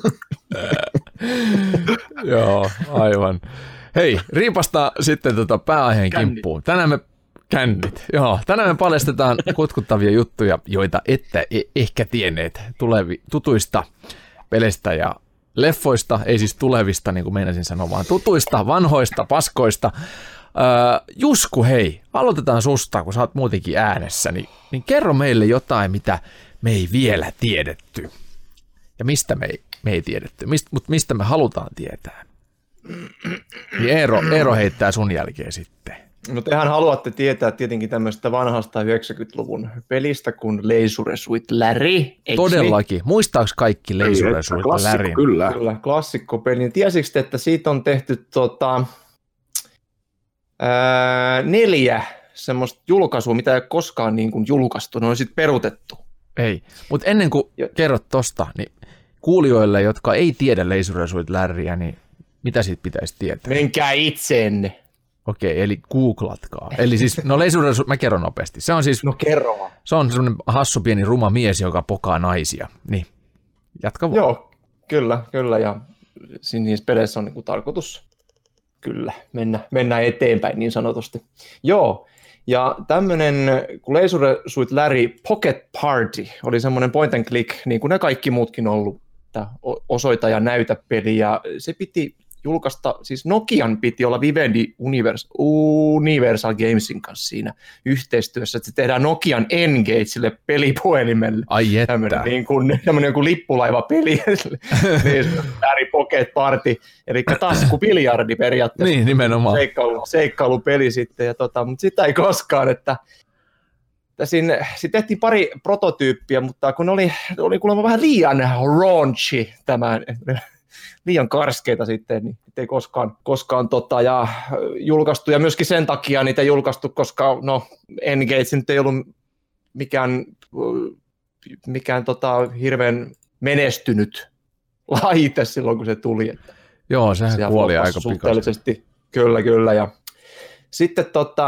S2: Joo, aivan. Hei, riipasta sitten pääaiheen kimppuun. Tänään me paljastetaan kutkuttavia juttuja, joita ette ehkä tienneet tutuista peleistä ja leffoista, ei siis tulevista, niin kuin meinasin sanoa, vaan tutuista, vanhoista, paskoista. Jusku, hei, aloitetaan susta, kun sä oot muutenkin äänessä, niin kerro meille jotain, mitä me ei vielä tiedetty. Ja mistä me ei tiedetty, mutta mistä me halutaan tietää. Niin Eero heittää sun jälkeen sitten.
S4: No tehän haluatte tietää tietenkin tämmöistä vanhasta 90-luvun pelistä kuin Leisure Suit Larry.
S2: Todellakin. Muistaako kaikki Leisure Suit Larry?
S3: Kyllä,
S4: klassikkopeli. Tiesitkö, että siitä on tehty 4 semmoista julkaisua, mitä ei ole koskaan niin kuin julkaistu. Ne on sitten peruutettu.
S2: Ei, mutta ennen kuin kerrot tosta, niin kuulijoille, jotka ei tiedä Leisure Suit Larryä, niin mitä siitä pitäisi tietää?
S4: Menkää itseenne.
S2: Okei, eli googlatkaa. Eli siis, Leisure Suit, mä kerron nopeasti. Se on siis,
S4: kerro vaan.
S2: Se on semmoinen hassu pieni ruma mies, joka pokaa naisia. Niin, jatka vaan.
S4: Joo, kyllä. Ja niissä peleissä on niinku tarkoitus kyllä mennä eteenpäin niin sanotusti. Joo, ja tämmöinen kuin Leisure Suit Larry Pocket Party oli semmoinen point and click, niin kuin ne kaikki muutkin on ollut, tämä osoita ja näytä peli, ja se piti julkaista, siis Nokian piti olla Vivendi Universal Gamesin kanssa siinä yhteistyössä, että se tehdään Nokian N-Gage sille pelipuhelimelle.
S2: Ai että.
S4: Tämmöinen joku lippulaivapeli, Larry Pocket Party, eli taskubiljardi periaatteessa.
S2: Niin, nimenomaan.
S4: Seikkailupeli sitten, mutta sitä ei koskaan, että Siinä tehtiin pari prototyyppiä, mutta kun oli kuulemma vähän liian raunchy tämä, liian karskeita sitten, niin ei koskaan ja julkaistu. Ja myöskin sen takia niitä julkaistu, koska N-Gage nyt ei ollut mikään hirveän menestynyt laite silloin, kun se tuli. Että
S2: joo, sehän kuoli aika pikaisesti.
S4: Kyllä. Ja sitten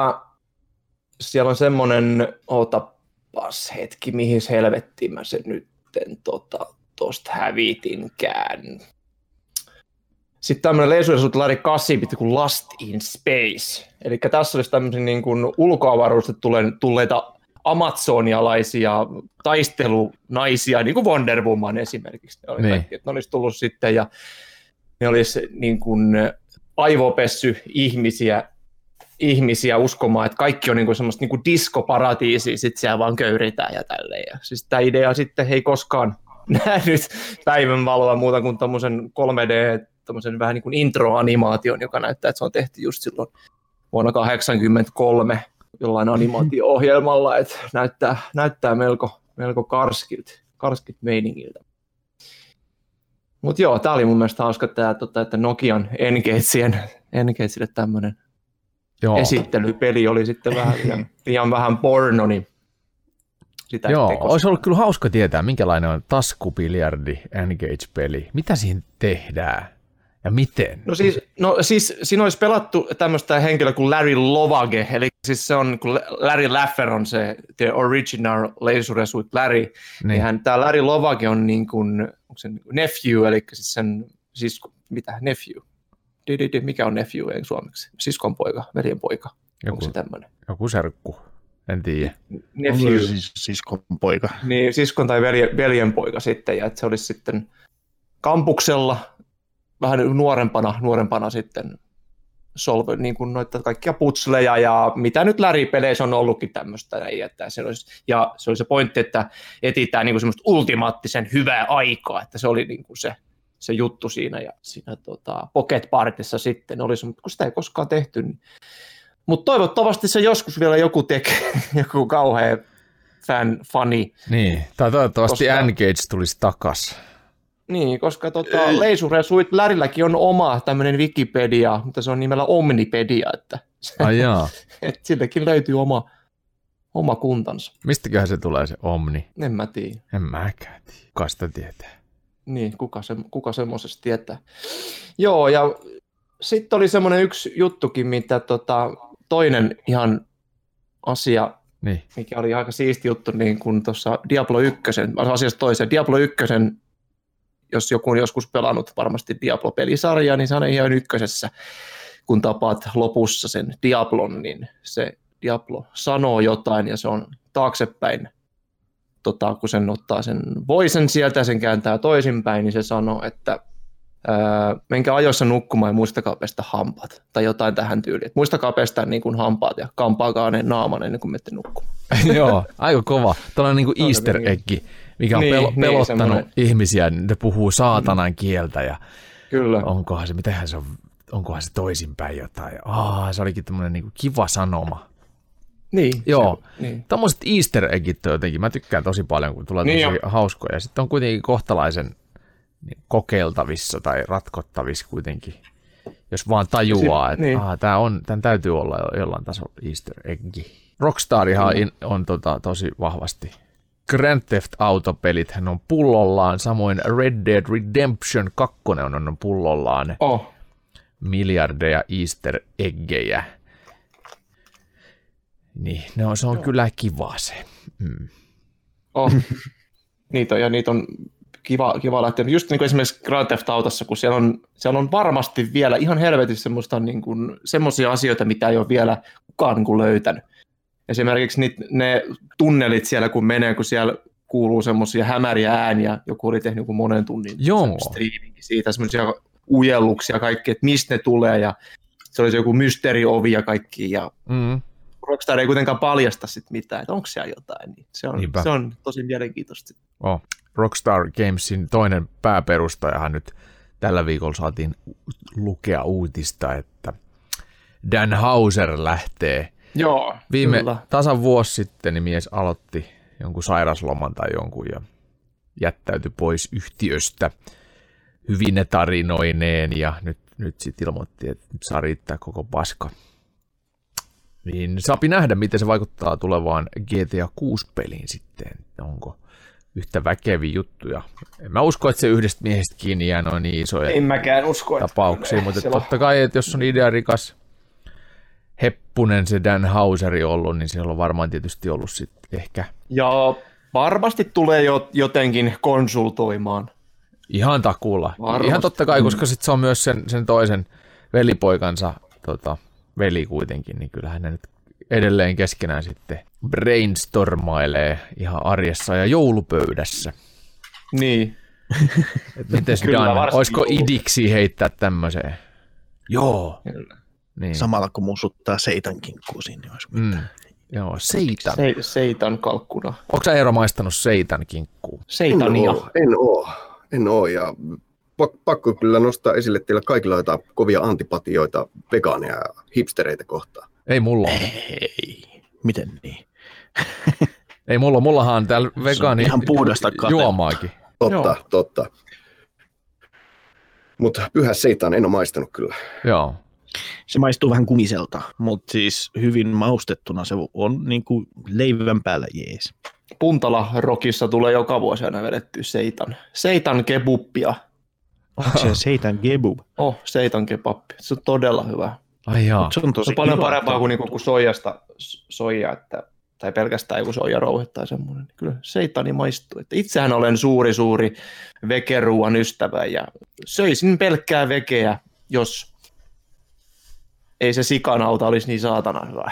S4: siellä on semmoinen, otapas hetki, mihin helvettiin mä sen nytten tosta hävitinkään. Sitten tämmöinen leisuresuutilari 8 kuin Lost in Space. Eli tässä olisi tämmöisiä niin kuin ulkoavaruudesta tulleita amazonialaisia taistelunaisia, niin kuin Wonder Woman esimerkiksi. Ne olisi tullut sitten ja ne olisi niin kuin aivopessy ihmisiä uskomaan, että kaikki on niinku semmoista niinku diskoparatiisia, sitten siellä vaan köyritään ja tälleen. Ja siis tämä idea sitten ei koskaan nähnyt päivänvaloa muuta kuin tommosen 3D, tommosen vähän niin kuin intro-animaation, joka näyttää, että se on tehty just silloin vuonna 1983 jollain animaatio-ohjelmalla, että näyttää melko karskit meiningiltä. Mutta joo, tämä oli mun mielestä hauska, että Nokian N-Gageille tämmöinen esittelypeli oli sitten liian vähän porno, niin sitä
S2: joo, olisi ollut kyllä hauska tietää, minkälainen on taskubiljardi N-Gage-peli. Mitä siinä tehdään ja miten?
S4: No siis siinä olisi pelattu tämmöistä henkilöä kuin Larry Lovage, eli siis se on, kun Larry Laffer on se the original Leisure Suit Larry, niin tämä Larry Lovage on niin kuin, onko se nephew, eli siis sen, nephew? Mikä on nephew suomeksi? Siskon poika, veljen poika. Onko se tämmöinen?
S2: Joku serkku, en tiedä.
S5: Nephew. Siskon poika.
S4: Niin, siskon tai veljen poika sitten, ja että se olisi sitten kampuksella vähän nuorempana sitten solve, niin kuin noita kaikkia putsleja ja mitä nyt läripeleissä on ollutkin tämmöistä. Ja se oli se pointti, että etsitään niin kuin semmoista ultimaattisen hyvää aikaa, että se oli niin kuin se juttu siinä ja siinä Pocket Partissa sitten olisi, mutta kun sitä ei koskaan tehty. Niin. Mutta toivottavasti se joskus vielä joku tekee, joku kauhea fani.
S2: Niin, tai toivottavasti N-Gage tulisi takas.
S4: Niin, koska Leisure Suit Larrylläkin on oma tämmöinen Wikipedia, mutta se on nimellä Omnipedia, että siltäkin löytyy oma kuntansa.
S2: Mistäköhän se tulee se Omni?
S4: En mä tiedä.
S2: En mäkään tiedä. Kuka sitä tietää?
S4: Niin, kuka semmoisesta tietää. Joo, ja sitten oli semmoinen yksi juttukin, mitä toinen ihan asia, mikä oli aika siisti juttu, niin kuin tuossa Diablo 1, asiasta toiseen, Diablo 1, jos joku on joskus pelannut varmasti Diablo-pelisarjaa, niin se on ihan ykkösessä, kun tapaat lopussa sen Diablon, niin se Diablo sanoo jotain ja se on taaksepäin. Kun sen ottaa sen voisen sieltä ja sen kääntää toisinpäin, niin se sanoo, että menkää ajoissa nukkumaan ja muistakaa pestä hampaat. Tai jotain tähän tyyliin. Muistakaa pestä niin kuin hampaat ja kampaakaa ne naaman ennen kuin menette nukkumaan.
S2: Joo, aika kova. Tuollainen niin kuin easter egg, mikä on pelottanut ihmisiä. Ne puhuu saatanan kieltä ja
S4: kyllä.
S2: Onkohan se toisinpäin jotain. Se olikin tämmöinen niin kuin kiva sanoma.
S4: Niin.
S2: Joo, tämmöiset easter eggit jotenkin. Mä tykkään tosi paljon, kun tulee tosi hauskoja. Sitten on kuitenkin kohtalaisen kokeiltavissa tai ratkottavissa kuitenkin, jos vaan tajuaa, että tämän täytyy olla jollain tasolla easter eggi. Rockstarihan on tosi vahvasti. Grand Theft Auto-pelithän on pullollaan, samoin Red Dead Redemption 2 on pullollaan. Miljardeja easter eggejä. Niin, se on kyllä kiva se.
S4: Niitä on kiva lähteä. Just niin kuin esimerkiksi Grand Theft Autossa, kun siellä on varmasti vielä ihan helvetissä semmoisia asioita, mitä ei ole vielä kukaan niin kuin löytänyt. Esimerkiksi ne tunnelit siellä, kun menee, kun siellä kuuluu semmoisia hämäriä ääniä. Joku oli tehnyt monen tunnin striiminkin siitä, semmoisia ujelluksia kaikki, että mistä ne tulee, ja se oli joku mysteeriovi ja kaikki, ja Rockstar ei kuitenkaan paljasta sit mitään, että onko siellä jotain, niin se on tosi mielenkiintoista.
S2: Rockstar Gamesin toinen pääperustajahan nyt tällä viikolla saatiin lukea uutista, että Dan Houser lähtee
S4: Joo,
S2: tasan vuosi sitten niin mies aloitti jonkun sairasloman tai jonkun ja jättäytyi pois yhtiöstä hyvine tarinoineen ja nyt sitten ilmoitti, että saa riittää koko paska. Niin saapi nähdä, miten se vaikuttaa tulevaan GTA 6-peliin sitten. Onko yhtä väkeviä juttuja. En mä usko, että se yhdestä miehestä kiinni jää noin niin isoja tapauksia, mutta totta kai, että jos on idearikas heppunen se Dan Hauseri ollut, niin siellä on varmaan tietysti ollut sitten ehkä.
S4: Ja varmasti tulee jotenkin konsultoimaan.
S2: Ihan takuulla. Varmasti. Ihan totta kai, koska sitten se on myös sen toisen velipoikansa veli kuitenkin, niin kyllähän ne nyt edelleen keskenään sitten brainstormailee ihan arjessa ja joulupöydässä.
S4: Niin.
S2: Mites Dan, olisiko idiksi heittää tämmöiseen? Joo.
S5: Niin. Samalla kun mussuttaa seitan kinkkuun sinne.
S2: Joo, seitan.
S4: Seitan kalkkuna.
S2: Onko sä Eero maistanut seitan kinkkuu?
S4: Seitania.
S3: En oo. Ja pakko kyllä nostaa esille teillä kaikilla jotain kovia antipatioita vegaaneja ja hipstereitä kohtaan.
S2: Ei mulla ole.
S5: Ei. Miten niin?
S2: Ei mullahan on täällä vegaani
S5: ihan puhdasta
S2: juomaakin.
S3: Totta. Mutta pyhä seitan en ole maistanut kyllä.
S2: Joo.
S5: Se maistuu vähän kumiselta, mutta siis hyvin maustettuna se on niin kuin leivän päällä jees.
S4: Puntala-rokissa tulee joka vuosi aina vedettyä seitan kebuppia.
S5: Onko se seitan kebab?
S4: Seitan kebabbi. Se on todella hyvä.
S2: Ai jaa.
S5: Se on
S4: paljon parempaa kuin soijaa, tai pelkästään joku soijarouhe tai semmoinen. Kyllä seitani maistuu. Että itsehän olen suuri vegeruuan ystävä ja söisin pelkkää vegeä, jos ei se sikanauta olisi niin saatana hyvä.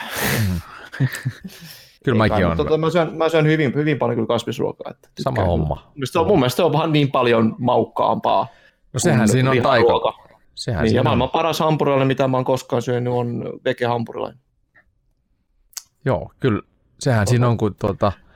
S2: Kyllä mäkin on.
S4: Mä syön hyvin paljon kyllä kasvisruokaa.
S2: Sama homma.
S4: Mun mielestä se on vähän niin paljon maukkaampaa.
S2: No sehän siinä on taika.
S4: Niin, ja maailman paras hampurilainen, mitä mä oon koskaan syönyt, on vegehampurilainen.
S2: Joo, kyllä. Sehän siinä on, kun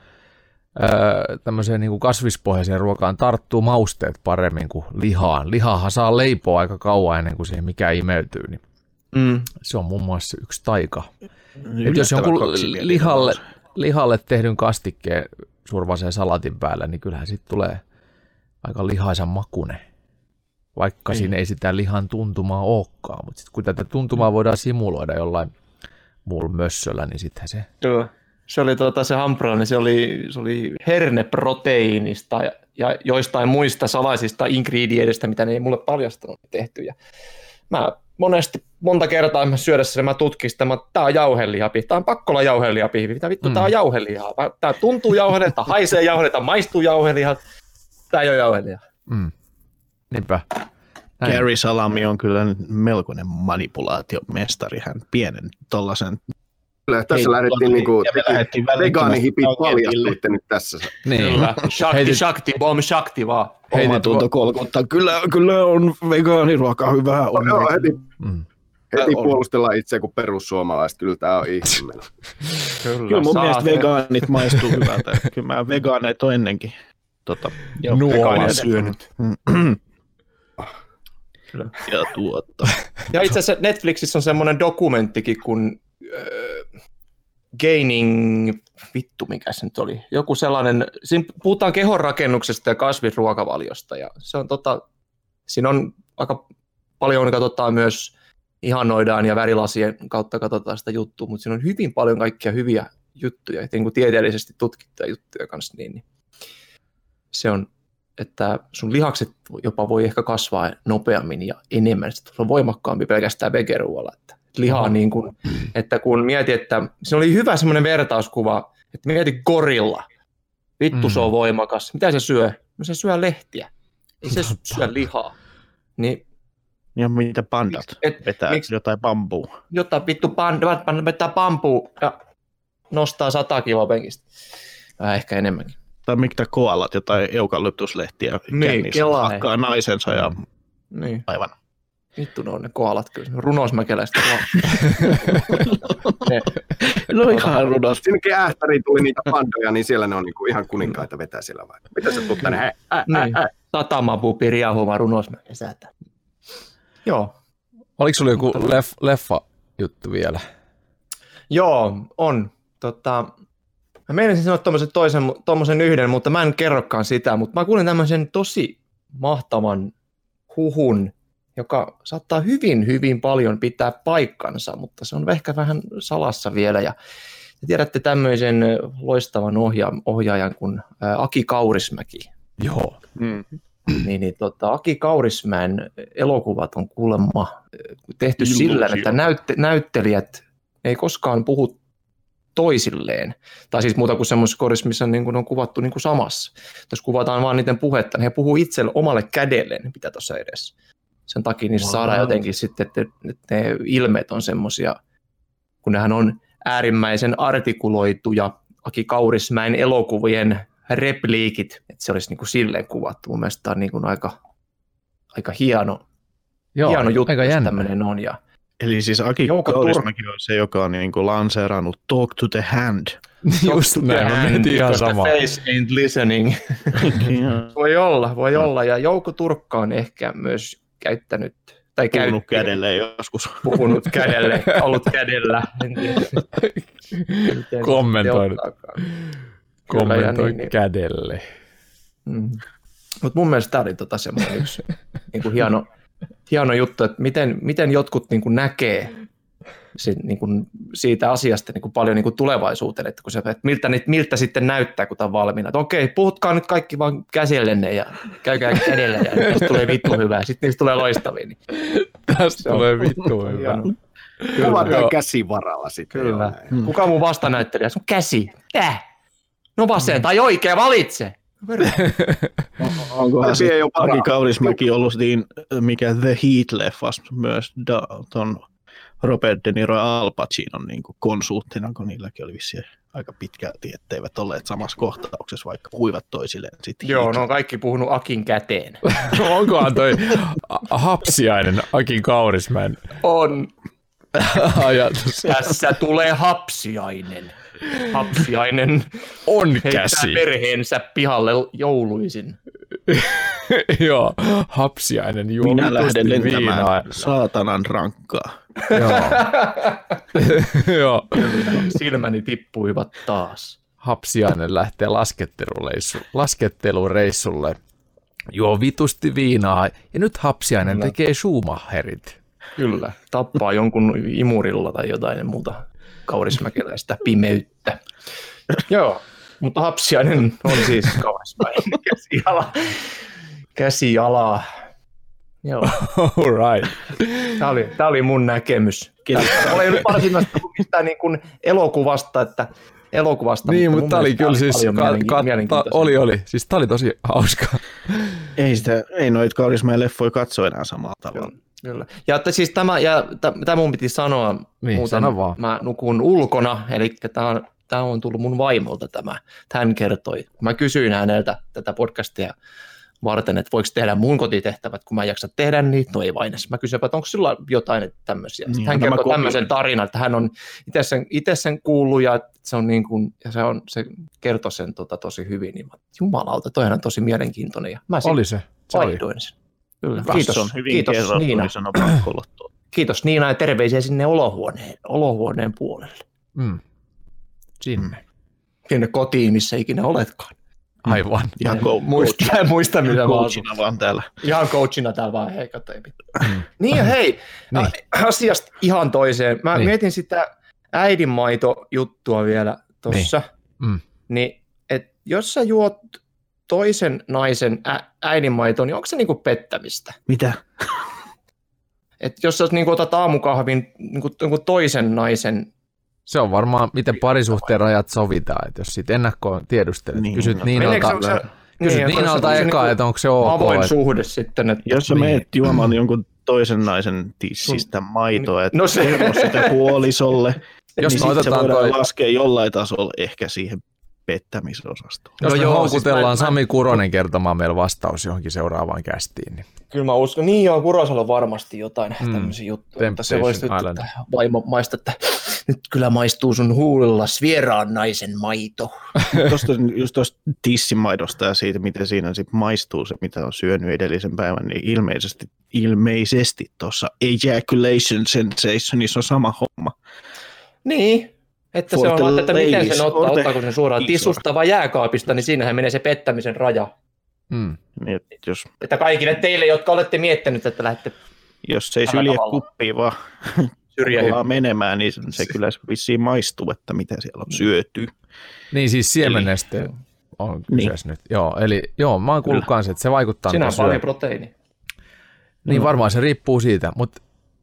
S2: tämmöiseen niin kuin kasvispohjaiseen ruokaan tarttuu mausteet paremmin kuin lihaan. Lihahan saa leipoa aika kauan ennen kuin siihen mikään imeytyy. Niin se on muun muassa yksi taika. Että jos jonkun lihalle tehdyn kastikkeen survasee salatin päällä, niin kyllähän siitä tulee aika lihaisan makuinen. Vaikka siinä ei sitä lihan tuntumaa olekaan. Mutta sitten kun tätä tuntumaa voidaan simuloida jollain muulla mössöllä, niin sittenhän se...
S4: Joo. Se oli se hampurilainen, se oli herneproteiinista ja joistain muista salaisista ingrediedeistä, mitä ne ei mulle paljastanut tehty. Ja mä monta kertaa syödessä mä tutkin sitä, että tää on jauhelihapi, tää on pakko olla jauhelihapi, mitä vittu tää on jauhelihaa, tää tuntuu jauhelihalta, haisee jauhelihalta, maistuu jauhelihalta, tää ei ole jauhelihaa.
S2: Niinpä.
S5: Gary Salami on kyllä melkoinen manipulaatiomestari, hän pienen tollasen.
S3: Kyllä, tässä lähdettiin niinku vegaanihipit paljastuitte nyt tässä.
S2: Niin.
S4: Shakti, bom shakti vaan.
S5: Omatunto kolkuttaa. Kyllä on vegaaniruoka hyvää.
S3: Joo, heti puolustellaan itseä kuin perussuomalaiset. Kyllä tää on ihme.
S5: Kyllä mun mielestä vegaanit maistuu hyvältä. Kyllä mä vegaaneet on ennenkin.
S2: Nuola syönyt.
S4: Ja itse asiassa Netflixissä on semmoinen dokumenttikin, kun Gaining, vittu mikä se nyt oli, joku sellainen, siinä puhutaan kehonrakennuksesta ja kasvisruokavaliosta, ja se on siinä on aika paljon katsotaan myös, ihannoidaan ja värilasien kautta katsotaan sitä juttua, mutta siinä on hyvin paljon kaikkia hyviä juttuja, niin kuin tieteellisesti tutkittuja juttuja kanssa, niin se on, että sun lihakset jopa voi ehkä kasvaa nopeammin ja enemmän, se on voimakkaampi pelkästään vegeruoalla, että lihaa niin kuin, että kun mieti, että se oli hyvä semmoinen vertauskuva, että mieti gorilla, vittu se on voimakas, mitä se syö? No se syö lehtiä, ei se syö lihaa. Niin,
S5: ja mitä pandat vetää, jotain bambuu.
S4: Jotain vittu pandat vetää bambuu ja nostaa 100 kiloa penkistä, ehkä enemmänkin.
S5: Tai mitä koalat, jotain eukalyptuslehtiä kännissä hakkaa naisensa ja aivan.
S4: Vittu ne on ne koalat kyllä, runosmäkeläistä vaan.
S5: No ihan runos.
S3: Sinnekin ähtäriin tuli niitä pandoja, niin siellä ne on niinku ihan kuninkaita vetää siellä vai. Mitä se tuut tänne?
S4: Tatamapupi riahuma runosmäkesätä. Joo.
S2: Oliko sulla joku leffa juttu vielä?
S4: Joo, on. Mä meinasin sanoa tommosen yhden, mutta mä en kerrokaan sitä, mutta mä kuulin tämmöisen tosi mahtavan huhun, joka saattaa hyvin, hyvin paljon pitää paikkansa, mutta se on ehkä vähän salassa vielä. Ja tiedätte tämmöisen loistavan ohjaajan kuin Aki Kaurismäki.
S2: Joo.
S4: Aki Kaurismäen elokuvat on kuulemma tehty sillä, että näyttelijät ei koskaan puhu toisilleen. Tai siis muuta kuin semmoisessa kohdassa, missä on kuvattu niin kuin samassa. Jos kuvataan vaan niiden puhetta, niin he puhuu itselle omalle kädelleen, mitä tuossa edessä. Sen takia niissä saadaan jotenkin sitten, että ne ilmeet on semmoisia, kun nehän on äärimmäisen artikuloituja Aki Kaurismäen elokuvien repliikit, että se olisi niin kuin silleen kuvattu. Mun mielestä tämä on niin kuin aika hieno juttu,
S2: aika
S4: jos tämmöinen on. Ja
S5: eli siis Aki Kaurismäki on se, joka on niin kuin lanseerannut Talk to the Hand.
S2: Just näin, mä mietin ihan samaa.
S4: Face ain't listening. Voi olla. Ja Jouko Turkka on ehkä myös käyttänyt tai
S5: puhunut kädelle joskus.
S4: Puhunut kädelle, ollut kädellä.
S2: Kommentoi
S4: niin.
S2: kädelle.
S4: Mutta mun mielestä tämä oli semmoinen yksi niin kuin hieno juttu, että miten jotkut niin kuin näkee niin kuin siitä asiasta niin kuin paljon niin kuin tulevaisuuteen, että miltä sitten näyttää, kun tämä on valmiina. Että okei, puhutkaa nyt kaikki vaan käsillenne ja käykää kädellä ja niistä tulee vittu hyvää. Sitten niistä tulee loistavia. Niin.
S2: Tästä tulee vittu hyvää.
S3: Kuvataan käsivaralla sitten.
S4: Kyllä. Kuka mun vastanäyttelijä? Sun käsi. No vasen tai oikea, valitse.
S5: Onkohan Aki Kaurismäki ollut niin, mikä The Heat-leffas myös ton Robert De Niro ja Al Pacinon niin konsulttina, kun niilläkin oli vissiin aika pitkälti, etteivät olleet samassa kohtauksessa, vaikka puhuivat toisilleen.
S4: Joo, ne on kaikki puhunut Akin käteen.
S2: Onkohan toi Hapsiainen Akin Kaurismäen
S4: on
S2: ajatus?
S4: Tässä tulee Hapsiainen. Hapsiainen
S2: on
S4: heittää
S2: käsi
S4: perheensä pihalle jouluisin.
S2: Joo, Hapsiainen juo
S5: minä lähden lentämään
S2: viinaa.
S5: Saatanan rankkaa.
S2: Joo.
S4: Silmäni tippuivat taas.
S2: Hapsiainen lähtee laskettelureissulle. Juo vitusti viinaa ja nyt Hapsiainen tekee Schumacherit.
S4: Kyllä, tappaa jonkun imurilla tai jotain muuta kaurismäkeläistä pimeyttä. Joo, mutta Hapsiainen on siis Kaurismäen käsiala. Joo.
S2: All right.
S4: Tämä oli mun näkemys. Olen nyt varsinaisesti mistään niin kuin elokuvasta,
S2: niin, mutta tämä oli kyllä siis, oli. Siis tämä oli tosi hauskaa.
S5: Ei noita Kaurismäen leffoja katso enää samalla tavalla.
S4: Kyllä. Ja että siis tämä mun piti sanoa,
S2: niin,
S4: muuten
S2: sano vaan.
S4: Mä nukun ulkona, eli tämä on tullut mun vaimolta tämä. Hän kertoi, mä kysyin häneltä tätä podcastia varten, että voiko tehdä mun kotitehtävät, kun mä en jaksa tehdä niitä, no ei vain. Mä kysyin, että onko sillä jotain tämmöisiä. Niin, hän kertoi tämmöisen tarinan, että hän on itse sen kuullut ja se on niin kuin, ja se kertoi sen tosi hyvin. Niin jumalauta, toihan on tosi mielenkiintoinen. Ja mä
S2: oli se.
S4: vaihdoin sen. Kyllä.
S5: Kiitos Niina.
S4: Kiitos Niina ja terveisiä sinne olohuoneen puolelle. Sinne kotiin, missä ikinä oletkaan.
S2: Aivan.
S4: Muista mitä
S5: coachina vaan täällä.
S4: Ihan coachina täällä vaan, hei kato. Niin ja hei, asiasta ihan toiseen. Mä mietin sitä äidinmaito-juttua vielä tuossa. Niin, että jos sä juot toisen naisen äidinmaitoon, niin onko se niinku pettämistä?
S5: Mitä?
S4: Että jos sä niinku otat aamukahvin niinku toisen naisen.
S2: Se on varmaan, miten parisuhteen rajat sovitaan, että jos siitä ennakkoon tiedustelet,
S5: niin,
S2: kysyt Niinalta ekaa, että onko se ok.
S4: Avoin suhde sitten. Että
S5: jos sä meet juomaan jonkun toisen naisen tissistä maitoa, että kerro sitä puolisolle, niin sitten se voidaan laskea jollain tasolla ehkä siihen pettämisosastoon.
S2: Jos me houkutellaan Sami Kuronen kertomaan meillä vastaus johonkin seuraavaan kästiin. Niin.
S4: Kyllä mä uskon. Niin joo, Kurosella on varmasti jotain tämmöisiä juttuja, mutta se voisi nyt vaimo maistaa, että nyt kyllä maistuu sun huulillas vieraan naisen maito.
S5: Just tuosta tissimaidosta ja siitä, miten siinä sit maistuu se, mitä on syönyt edellisen päivän, niin ilmeisesti tuossa ejaculation sensationissa on sama homma.
S4: Niin, Että se on vaan, että miten sen ottaa, ottaako sen suoraan tisusta vai jääkaapista, niin siinähän menee se pettämisen raja. Että kaikille teille, jotka olette miettinyt, että lähdette...
S5: Jos ei sylje kuppiin vaan menemään, niin se kyllä vissiin maistuu, että mitä siellä on syöty.
S2: Niin siis siemeneste on kyseessä nyt. Joo, eli mä oon kuullut kanssa, että se vaikuttaa...
S4: Siinä on paljon proteiini.
S2: Niin varmaan se riippuu siitä, mutta...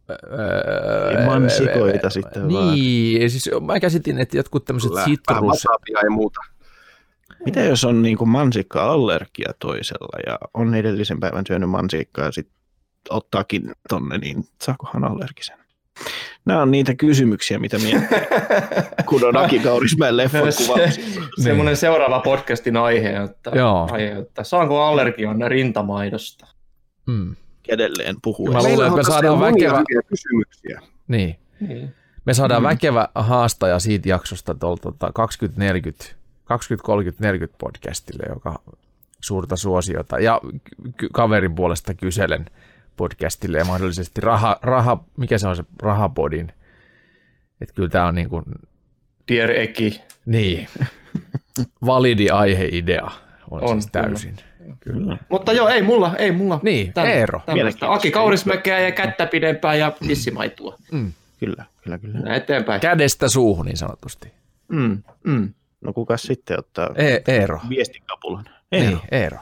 S5: Mansikoita sitten
S2: niin, siis mä käsitin, että jotkut tämmöiset sitrus...
S3: ja muuta.
S5: Mitä jos on niin kuin mansikka-allergia toisella ja on edellisen päivän syönyt mansikkaa ja sitten ottaakin tonne, niin saakohan allergisen? Nämä on niitä kysymyksiä, mitä miettii, kun on Aki Kaurismäen leffan kuvaus.
S4: Semmoinen seuraava podcastin aihe, että saanko allergian rintamaidosta?
S5: Edelleen puhuu.
S2: Mä luulen, että me saadaan
S3: kysymyksiä.
S2: Niin. Me saadaan väkevä haastaja siitä jaksosta tuolta 20-30-40 podcastille, joka suurta suosiota. Ja kaverin puolesta kyselen podcastille ja mahdollisesti mikä se on se rahapodin. Että kyllä tämä on niin kuin...
S4: Dear Eki.
S2: Niin. Validi aiheidea on siis täysin. Kyllä.
S4: Mutta joo, ei mulla.
S2: Niin, Eero.
S4: Aki Kaurismäkeä ja kättä pidempää ja tissimaitua.
S5: Kyllä.
S4: Eteenpäin.
S2: Kädestä suuhun niin sanotusti.
S5: No kukas sitten ottaa
S2: Eero.
S5: Viestikapulan?
S2: Niin, Eero.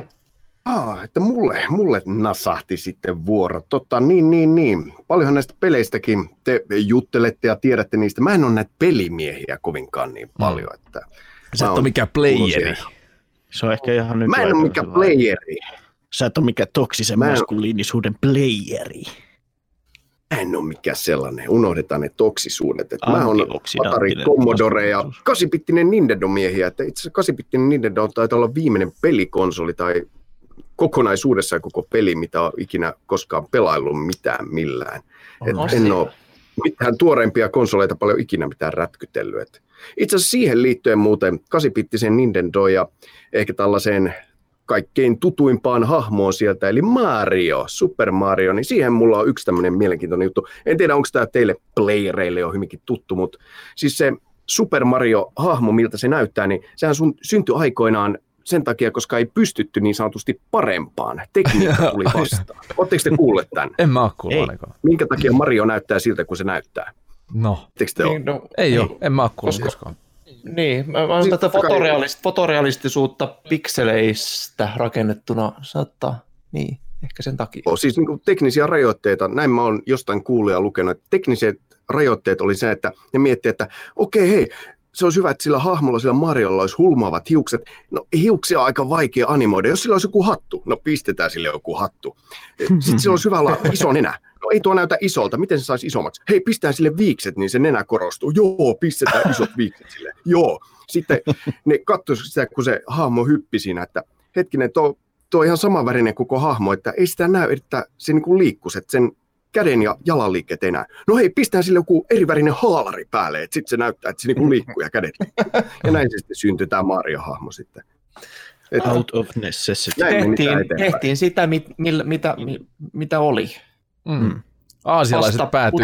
S3: Että mulle nasahti sitten vuoro. Niin. Paljonhan näistä peleistäkin te juttelette ja tiedätte niistä. Mä en ole näitä pelimiehiä kovinkaan niin paljon. Että
S2: sä et ole mikään playeri.
S5: Se on ehkä ihan nyt.
S3: Mä en ole mikään playeri.
S5: Sä et ole mikään toksisen maskuliinisuuden playeri.
S3: Mä en ole mikään sellainen. Unohdetaan ne toksisuudet. Että mä oon Atari, Commodore ja 8-bittinen Nintendo-miehiä. Että itse asiassa 8-bittinen Nintendo taitaa olla viimeinen pelikonsoli tai kokonaisuudessaan koko peli, mitä on ikinä koskaan pelaillut mitään millään. En ole mitään tuoreimpia konsoleita paljon ikinä mitään rätkytellyt. Itse asiassa siihen liittyen muuten 8-bittisen Nintendo ja ehkä tällaiseen kaikkein tutuimpaan hahmoon sieltä, eli Mario, Super Mario, niin siihen mulla on yksi tämmöinen mielenkiintoinen juttu. En tiedä, onko tämä teille playereille jo hyvinkin tuttu, mutta siis se Super Mario-hahmo, miltä se näyttää, niin sehän syntyi aikoinaan sen takia, koska ei pystytty niin sanotusti parempaan. Tekniikka tuli vastaan. Oletteko te kuulleet tämän?
S2: En mä ole kuullut ainakaan.
S3: Minkä takia Mario näyttää siltä, kun se näyttää?
S2: No.
S3: Ei
S2: ole, en mä ole kuullut koskaan.
S4: Niin, mä oon tätä fotorealistisuutta pikseleistä rakennettuna saattaa, niin, ehkä sen takia.
S3: Siis niin kuin teknisiä rajoitteita, näin mä oon jostain kuullut ja lukenut, että tekniset rajoitteet oli se, että ne miettii, että okei, hei, se olisi hyvä, että sillä hahmolla, sillä Mariolla olisi hulmaavat hiukset. No hiuksia on aika vaikea animoida, jos sillä olisi joku hattu, no pistetään sille joku hattu. Sitten sillä olisi hyvä olla iso nenä. No ei tuo näytä isolta, miten se saisi isommaksi? Hei, pistää sille viikset, niin se nenä korostuu. Joo, pistetään isot viikset sille. Joo. Sitten ne katsoisivat sitä, kun se hahmo hyppi siinä, että hetkinen, tuo on ihan samanvärinen koko hahmo, että ei sitä näy, että se niin kuin liikkuisi, että sen käden ja jalan liikkeet enää. No hei, pistää sille joku erivärinen haalari päälle, että sitten se näyttää, että se niin kuin liikkuu ja kädet liikkuu. Ja näin se sitten syntyi tämä Mario-hahmo sitten.
S5: Out of necessity.
S4: Tehtiin sitä, mitä oli.
S2: Aasialaiset päätyy.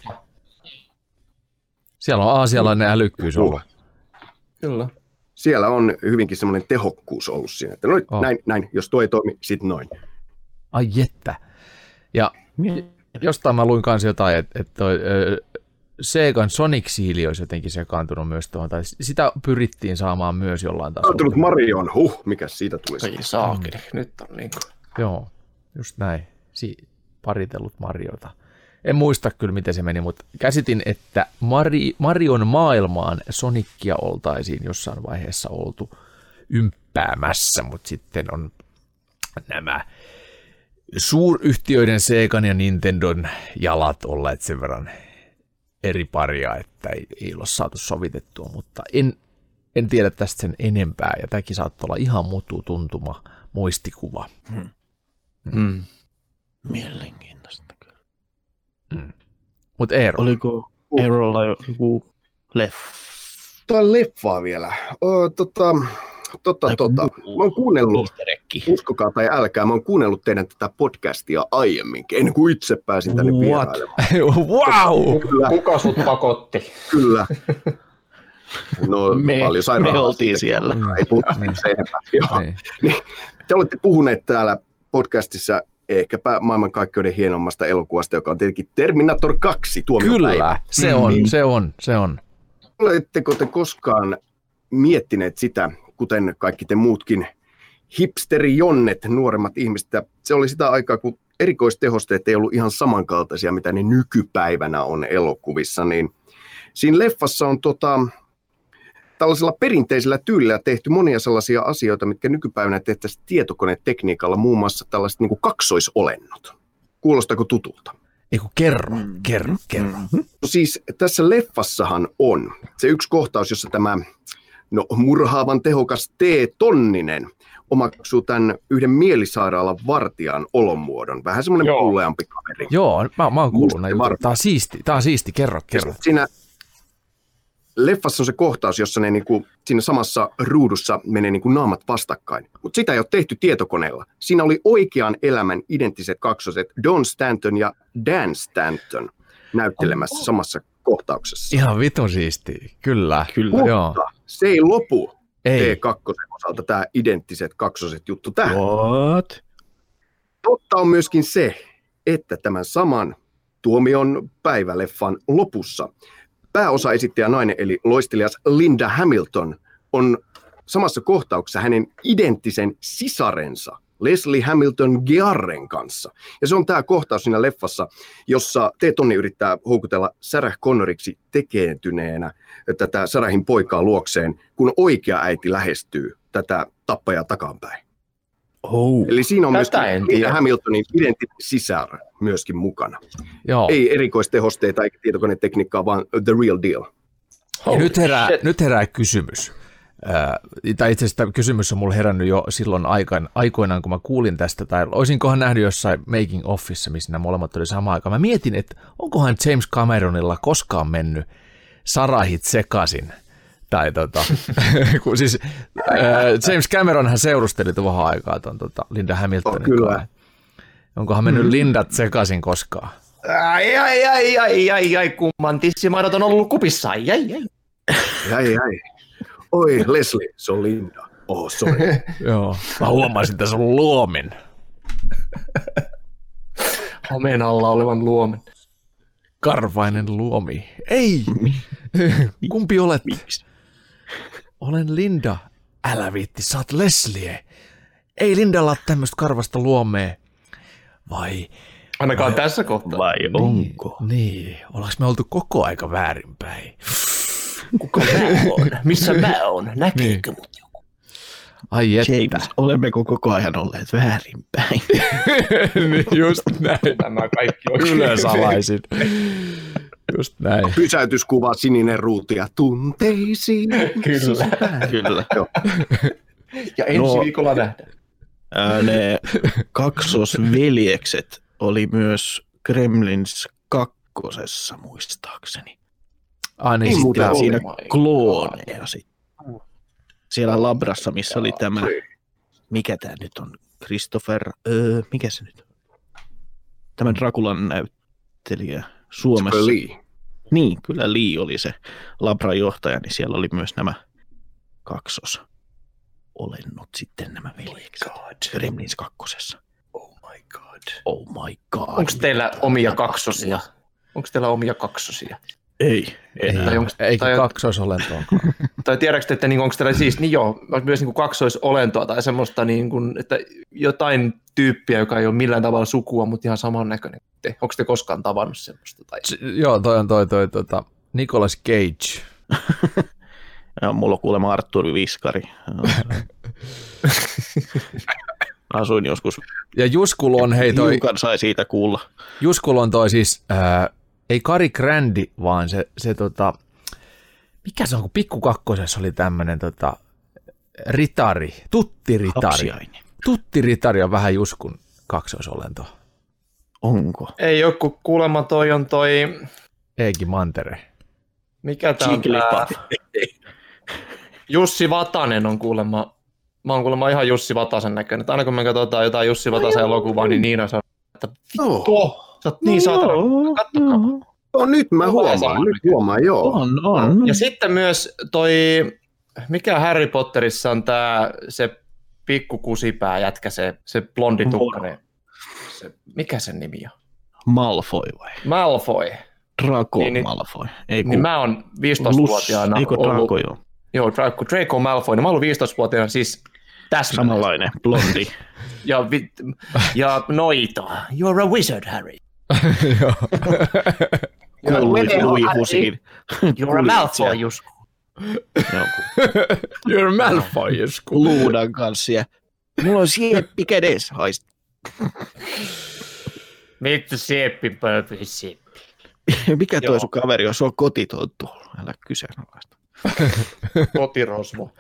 S2: Siellä on aasialainen älykkyys ollut.
S4: Kyllä.
S3: Siellä on hyvinkin semmoinen tehokkuus ollut siinä, että näin, jos tuo ei toimi, sitten noin.
S2: Ai jettä. Ja jostain mä luin kanssa jotain, että toi Segan Sonic-siili olisi jotenkin sekaantunut myös tuohon, tai sitä pyrittiin saamaan myös jollain tasolla.
S3: On tullut Marion, mikäs siitä tulisi?
S4: Ai saakeli, nyt on niin kuin.
S2: Joo, just näin. Paritellut Mariota. En muista kyllä, miten se meni, mutta käsitin, että Marion maailmaan Sonicia oltaisiin jossain vaiheessa oltu ymppäämässä, mutta sitten on nämä suuryhtiöiden Segan ja Nintendon jalat olleet sen verran eri paria, että ei ole saatu sovitettua, mutta en tiedä tästä sen enempää, ja tämäkin saattaa olla ihan mututuntuma muistikuva.
S5: Mielenkiintoista kyllä.
S2: Mutta Eero.
S5: Oliko Eerolla joku leffa?
S3: Tämä on leffaa vielä. Mä oon kuunnellut, uskokaa tai älkää, mä oon kuunnellut teidän tätä podcastia aiemminkin, ennen kuin itse pääsin tänne vierailemaan.
S2: Wow!
S4: Kuka sut pakotti?
S3: Kyllä. No, paljon
S5: me oltiin siellä.
S3: Ei puhuta se enempää. Niin, te olette puhuneet täällä podcastissa ehkäpä maailmankaikkeuden hienommasta elokuvasta, joka on tietenkin Terminator 2 tuomiopäivä.
S2: Kyllä, se on.
S3: Oletteko te koskaan miettineet sitä, kuten kaikki te muutkin hipsterijonnet, nuoremmat ihmiset, se oli sitä aikaa, kun erikoistehosteet ei ollut ihan samankaltaisia, mitä ne nykypäivänä on elokuvissa, niin siinä leffassa on tällaisella perinteisellä tyylillä tehty monia sellaisia asioita, mitkä nykypäivänä tehtäisiin tietokonetekniikalla, muun muassa tällaiset niin kuin kaksoisolennot. Kuulostaako tutulta?
S2: Kerro.
S3: Siis tässä leffassahan on se yksi kohtaus, jossa tämä murhaavan tehokas T. Tonninen omaksuu tämän yhden mielisairaalan vartijan olonmuodon. Vähän semmoinen pulleampi kaveri.
S2: Joo, mä oon kuullut näin. Tää on siisti, kerro.
S3: Siinä leffassa on se kohtaus, jossa ne niinku, siinä samassa ruudussa menee niinku naamat vastakkain. Mutta sitä ei ole tehty tietokoneella. Siinä oli oikean elämän identtiset kaksoset Don Stanton ja Dan Stanton näyttelemässä samassa kohtauksessa.
S2: Ihan vitun siistiä, kyllä.
S3: Mutta
S2: joo.
S3: Se ei lopu T2 osalta tämä identtiset kaksoset juttu tähän.
S5: What?
S3: Totta on myöskin se, että tämän saman tuomion päiväleffan lopussa pääosaesittäjä nainen eli loistelias Linda Hamilton on samassa kohtauksessa hänen identtisen sisarensa Leslie Hamilton Gearren kanssa. Ja se on tämä kohtaus siinä leffassa, jossa T-Tonni yrittää houkutella Sarah Connoriksi tekeytyneenä tätä Sarahin poikaa luokseen, kun oikea äiti lähestyy tätä tappajaa takaanpäin.
S2: Oh.
S3: Eli siinä on myöskin Hamiltonin identtinen sisar myöskin mukana.
S2: Joo.
S3: Ei erikoistehosteita eikä tietokonetekniikkaa, vaan the real deal.
S2: Nyt herää kysymys. Tai itse asiassa kysymys on mulle herännyt jo silloin aikoinaan, kun mä kuulin tästä, tai olisinkohan nähnyt jossain making offissa, missä nämä molemmat oli samaan aikaan. Mä mietin, että onkohan James Cameronilla koskaan mennyt Sarahit sekaisin. Tai siis James Cameronhan seurusteli tuohon aikaan tuon Linda Hamiltonin
S3: kyllä.
S2: Onkohan mennyt Lindat sekaisin koskaan?
S4: Ai, kumman tissimaidot on ollut kupissa, ai.
S3: Oi, Leslie, se on Linda. Sorry.
S2: Joo, mä huomasin tässä on luomin.
S4: Homeen alla olevan luomen.
S2: Karvainen luomi. Ei! Kumpi olet?
S5: Miksi?
S2: Olen Linda. Älä viitti, sä oot Leslie. Ei Lindalla ole tämmöistä karvasta luomea. Vai?
S4: Ainakaan tässä kohtaa.
S5: Vai onko?
S2: Niin, ollaanko me oltu koko aika väärinpäin?
S4: Kuka mä oon? Missä mä oon? Näkeekö mut joku?
S2: Ai että.
S5: James, olemmeko koko ajan olleet väärinpäin?
S2: Just näin.
S4: Tämä kaikki on
S2: ylösalaisin. Just näin.
S3: Pysäytyskuva, sininen ruutu ja tunteisiin.
S5: Kyllä.
S4: Ja ensi viikolla nähdään.
S5: Ne kaksosveljekset oli myös Gremlins 2. muistaakseni.
S2: Niin
S5: siinä klooneja sitten. Siellä labrassa, missä oli tämä, mikä tämä nyt on, Christopher, mikä se nyt on? Tämän Draculan näyttelijä Suomessa.
S3: Lee.
S5: Niin, kyllä Lee oli se labran johtaja, niin siellä oli myös nämä kaksosolennot sitten nämä veljekset. Gremlins 2.
S4: Oh my god.
S5: Onko
S4: teillä omia kaksosia?
S5: Ei.
S2: Eikä kaksoisolentoakaan.
S4: Tai tiedätkö, että onko teillä siis, myös kaksoisolentoa tai semmoista, että jotain tyyppiä, joka ei ole millään tavalla sukua, mutta ihan samannäköinen. Onko te koskaan tavannut semmoista? Tai?
S2: Joo, toi on Nicolas Cage.
S5: Ja mulla on kuulemma Arturi Viskari. Asuin joskus.
S2: Ja Juskul on,
S5: Hiukan sai siitä kuulla.
S2: Juskul on toi siis, ei Cary Grandi, vaan se mikä se on, kun Pikku Kakkosessa oli tämmönen ritari, tuttiritari. Tuttiritari on vähän Juskun kaksoisolento.
S5: Onko?
S4: Ei ole, kun kuulemma toi on toi...
S2: Eiki Mantere.
S4: Mikä tää on tää? Jussi Vatanen on kuulemma Mä oon kuulemma ihan Jussi Vatasen näköinen. Aina kun me katsotaan jotain Jussi Vatasen elokuvaa, niin Niina sanoo, että vittu, sä oot niin saatana, kattokaa.
S3: No, nyt mä huomaan, joo.
S5: On.
S4: Ja sitten myös toi, mikä Harry Potterissa on se pikku kusipää jätkä, se blondi tukkainen. Mikä sen nimi on?
S5: Malfoy vai?
S4: Malfoy.
S5: Draco Malfoy.
S4: Niin mä oon 15-vuotiaana
S5: Draco, joo.
S4: Joo, Draco Malfoy. No, mä oon ollut 15-vuotiaana siis täsmälleen.
S5: Samanlainen, blondi.
S4: ja noita. You're a wizard, Harry.
S2: Joo.
S5: Husiin.
S4: You're a Malfoy, Jusku.
S2: You're a Malfoy, Jusku.
S5: Luudan kanssa. Ja mulla on sieppi kädessä, haist.
S4: Vittu sieppi, sieppi.
S5: Mikä toi sun kaveri on? Se on kotitonttu. Älä kyseenalaista.
S4: Kotirosvo.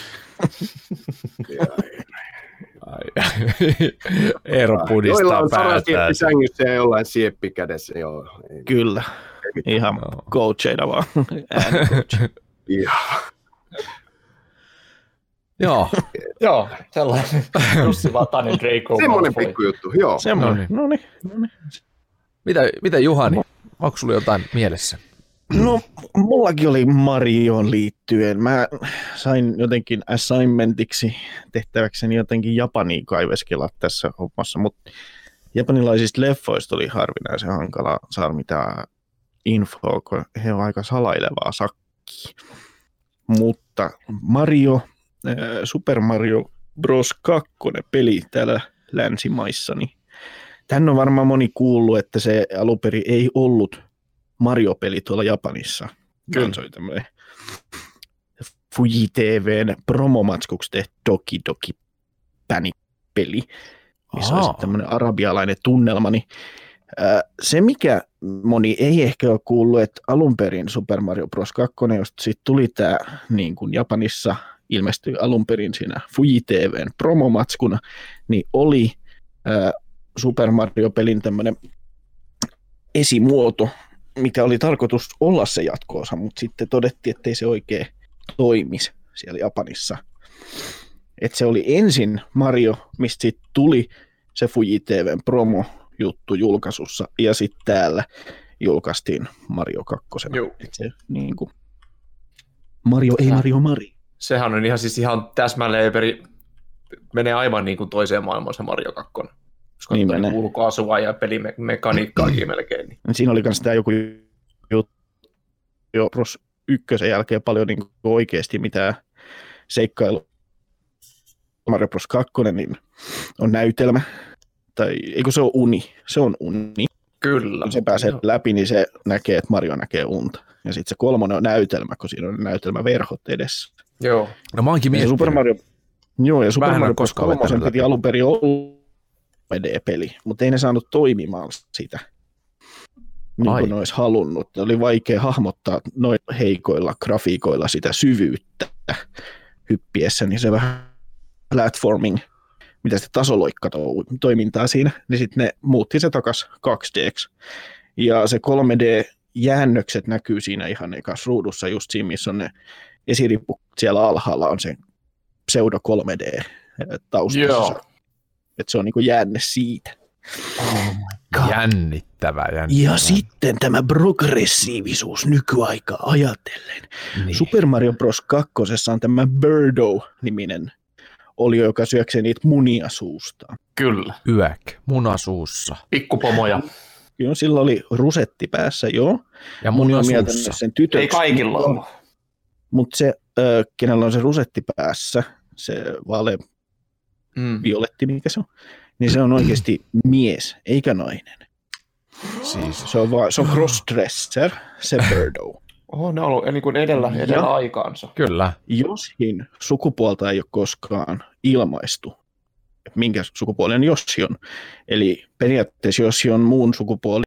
S2: Eero pudistaa päätään.
S3: Sängyssä ja jollain sieppi kädessä, joo.
S5: Kyllä. Ihan coacheina vaan.
S4: Joo, sellainen Jussi Vatanen Draco.
S3: Semmoinen pikkujuttu, joo.
S5: Semmoinen. No niin.
S2: Mitä Juhani? Onko sulla jotain mielessä?
S5: No, mullakin oli Marioon liittyen. Mä sain jotenkin assignmentiksi tehtäväkseni jotenkin Japania kaiveskella tässä hommassa, mutta japanilaisista leffoista oli harvinaisen hankala saada mitään infoa, kun he on aika salailevaa sakkia. Mutta Super Mario Bros. 2 peli täällä länsimaissa, niin tän on varmaan moni kuullut, että se alunperin ei ollut Mario-peli tuolla Japanissa. Kyllä. Se oli tämmöinen Fuji TV:n promomatskuksi tehty Doki Doki Panic-peli, missä oli tämmöinen arabialainen tunnelma. Niin, se, mikä moni ei ehkä ole kuullut, että alunperin Super Mario Bros. 2, josta sitten tuli tämä niin kuin Japanissa ilmestyi alunperin siinä Fuji TV:n promomatskuna, niin oli Super Mario-pelin tämmöinen esimuoto, mikä oli tarkoitus olla se jatko-osa, mutta sitten todettiin, että ei se oikein toimisi siellä Japanissa. Että se oli ensin Mario, mistä sitten tuli se Fuji TV:n promo-juttu julkaisussa, ja sitten täällä julkaistiin Mario 2. Että se niin kuin Mario ei Mario Mari.
S4: Sehän on ihan täsmälleen menee aivan niin kuin toiseen maailmaan se Mario 2. Koska niin ulkoasua ja pelimekaniikkaakin melkein. Niin.
S5: Siinä oli myös tämä joku juttu jo Bros. 1 jälkeen paljon niin oikeasti mitään seikkailu. Mario Bros. 2 niin on näytelmä. Tai eikö se ole uni? Se on uni.
S4: Kyllä.
S5: Kun se pääsee läpi, niin se näkee, että Mario näkee unta. Ja sitten se 3 on näytelmä, kun siinä on näytelmäverhot edessä.
S4: Joo.
S2: No mä oonkin miettinyt.
S5: Super Mario Bros. 3 piti alun perin olla peli, mutta ei ne saanut toimimaan sitä, niin kuin ne olisi halunnut. Oli vaikea hahmottaa noin heikoilla grafiikoilla sitä syvyyttä hyppiessä, niin se vähän platforming, mitä se tasoloikka-toimintaa siinä, niin sitten ne muutti se takaisin 2D:ksi. Ja se 3D-jäännökset näkyy siinä ihan ekassa ruudussa, just siinä, missä on ne esirippu siellä alhaalla, on se pseudo 3D taustassa. Että se on niin kuin jäänne siitä.
S2: Oh jännittävää.
S5: Ja sitten tämä progressiivisuus nykyaikaa ajatellen. Niin. Super Mario Bros. 2 on tämä Birdo-niminen olio, joka syöksee niitä munia suustaan.
S4: Kyllä.
S2: Yäk, munasuussa.
S4: Pikkupomoja.
S5: Joo, sillä oli rusetti päässä, joo.
S2: Ja munasuussa.
S5: Sen tytöksi.
S4: Ei kaikilla ole.
S5: Mutta se, kenellä on se rusetti päässä, se vaale violetti, mikä se on, niin se on oikeasti mies, eikä nainen. Siis. Se on crossdresser, se Birdo.
S4: Ne on ollut niin kuin edellä aikaansa.
S2: Kyllä.
S5: Joshin sukupuolta ei ole koskaan ilmaistu, minkä sukupuolen Yoshi on. Eli periaatteessa Yoshi on muun sukupuoli.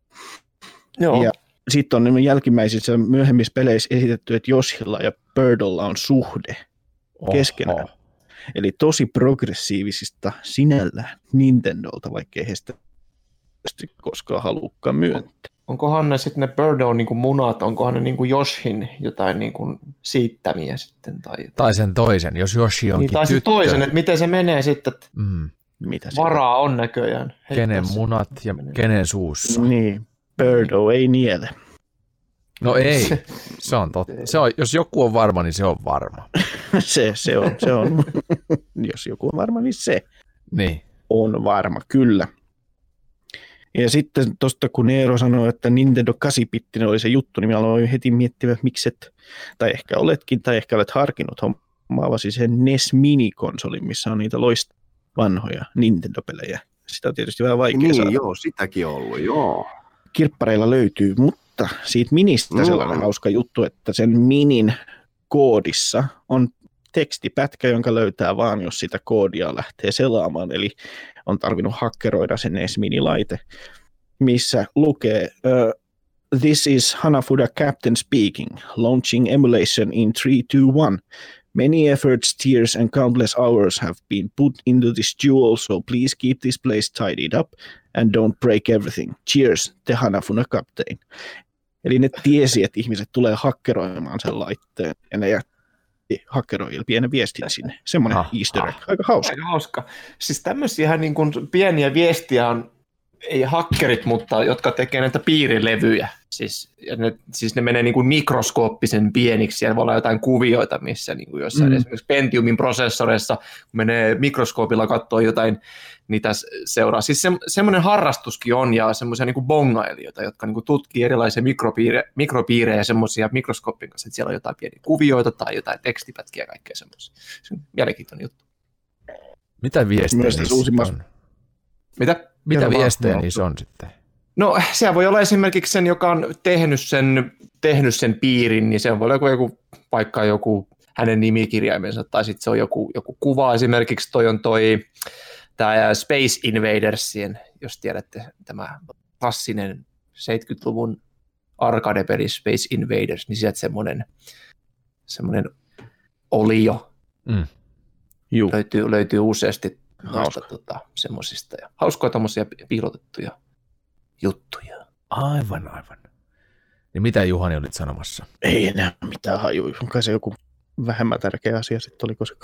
S4: Joo.
S5: Ja sitten on jälkimmäisissä myöhemmissä peleissä esitetty, että Yoshilla ja Birdolla on suhde keskenään. Eli tosi progressiivisista sinällään Nintendolta, vaikkei heistä koskaan halukkaan myöntää.
S4: onkohan ne sitten ne Birdo niin kuin munat, onkohan ne niin kuin Yoshin jotain niin kuin siittämiä sitten?
S2: Tai sen toisen, jos Yoshi onkin
S4: tai
S2: tyttö.
S4: toisen, että miten se menee sitten, että
S5: Mitä
S4: varaa on näköjään.
S2: Kenen munat ja kenen suussa.
S5: Niin, Birdo ei niele.
S2: No ei, se on totta. Jos joku on varma, niin se on varma.
S5: se on. Jos joku on varma, niin se
S2: niin.
S5: On varma, kyllä. Ja sitten tuosta, kun Eero sanoi, että Nintendo 8-bittinen oli se juttu, niin minä aloin heti miettiä, että miksi et, tai ehkä oletkin, tai ehkä olet harkinnut hommaavasi sen NES Mini-konsolin, missä on niitä vanhoja Nintendo-pelejä. Sitä on tietysti vähän vaikea saada.
S3: Joo, sitäkin on ollut, joo.
S5: Kirppareilla löytyy, mutta siitä Ministä sellainen hauska juttu, että sen Minin koodissa on tekstipätkä, jonka löytää vaan, jos sitä koodia lähtee selaamaan. Eli on tarvinnut hakkeroida sen NES Mini-laite, missä lukee This is Hanafuda Captain speaking, launching emulation in 3, 2, 1. Many efforts, tears and countless hours have been put into this jewel, so please keep this place tidied up and don't break everything. Cheers, the Hanafuda Captain. Eli ne tiesi, että ihmiset tulee hakkeroimaan sen laitteen, ja ne jätti hakkeroijille pienen viestin sinne. Semmoinen easter egg. Aika hauska.
S4: Aika hauska. Siis tämmöisiä niin kuin pieniä viestiä on, ei hakkerit, mutta jotka tekee näitä piirilevyjä. Siis ne menee niin kuin mikroskooppisen pieniksi, ja voi olla jotain kuvioita, missä niin kuin jossain esimerkiksi Pentiumin prosessoreissa, kun menee mikroskoopilla katsoa jotain, niitä seuraa. Siis semmoinen harrastuskin on, ja semmoisia niin kuin bongailijoita, jotka niin kuin tutkii erilaisia mikropiirejä semmoisia mikroskooppin kanssa, että siellä on jotain pieniä kuvioita tai jotain tekstipätkiä ja kaikkea semmoisia. Se on mielenkiintoinen juttu.
S2: Mitä viestejä niissä on? Mitä viestejä niissä on sitten?
S4: No se voi olla esimerkiksi sen, joka on tehnyt sen piirin, niin se voi olla vaikka joku hänen nimikirjaimensa, tai sitten se on joku kuva. Esimerkiksi tämä Space Invadersien, jos tiedätte, tämä klassinen 70-luvun arcade-peli Space Invaders, niin sieltä semmoinen olio löytyy useasti semmoisista. Ja hauskoja tämmöisiä piilotettuja juttuja.
S2: Aivan. Ja mitä Juhani olit sanomassa?
S5: Ei enää mitään hajua. Kai se joku vähemmän tärkeä asia sitten, oliko se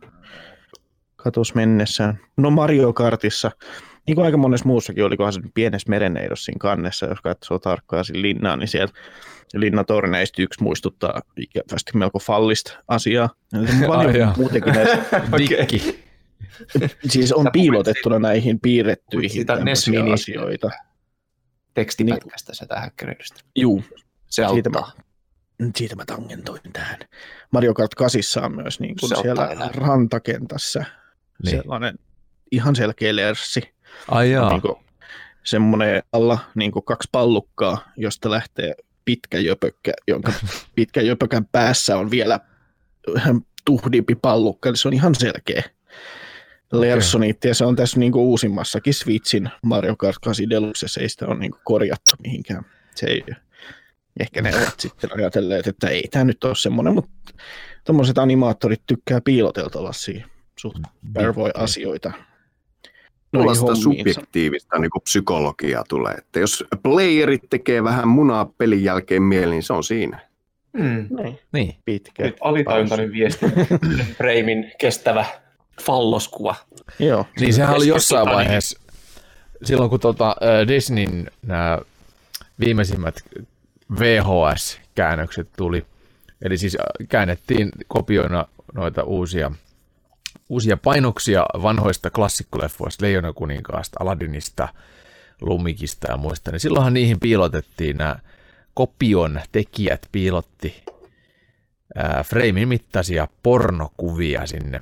S5: katos mennessään. No Mario Kartissa, niin kuin aika monessa muussakin, olikohan se pienessä merenneidossa siinä kannessa, jos katsoo tarkkaan siinä linnaa, niin siellä linnatorneista yksi muistuttaa ikävästi melko fallista asiaa. Paljon muutenkin näissä
S2: Dikki.
S5: Siis on piilotettuna näihin piirrettyihin asioita.
S4: Tekstipätkästä sitä häkkäreilystä.
S5: Juu.
S4: Se auttaa.
S5: Siitä mä tangentoin tähän. Mario Kart 8 on myös niin kuin siellä rantakentässä sellainen ihan selkeä lerssi. Niin semmoinen alla niin kuin 2 pallukkaa, josta lähtee pitkä jöpökkä, jonka pitkän jöpökän päässä on vielä tuhdimpi pallukka. Eli se on ihan selkeä. Lersoniitti, ja se on tässä niinku uusimmassakin Switchin Mario Kart 8 Deluxessa, ei sitä ole niinku korjattu mihinkään. Se ei, ehkä ne ovat sitten ajatelleet, että ei tämä nyt ole semmoinen, mutta tommoset animaattorit tykkää piilotella tällaisia suht pervoi-asioita.
S3: Tuollaista subjektiivista niin kuin psykologiaa tulee, että jos playerit tekee vähän munaa pelin jälkeen mieli, niin se on siinä.
S2: Niin.
S5: Pitkä.
S4: Nyt alitajuntainen viesti, Freimin kestävä falloskuva.
S5: Joo.
S2: Niin sehän oli jossain vaiheessa, silloin kun Disneyn nämä viimeisimmät VHS-käännökset tuli, eli siis käännettiin kopioina noita uusia painoksia vanhoista klassikkoleffoista, Leijona kuninkaasta, Aladdinista, Lumikista ja muista, niin silloinhan niihin piilotettiin nämä kopion tekijät piilotti freimin mittaisia pornokuvia sinne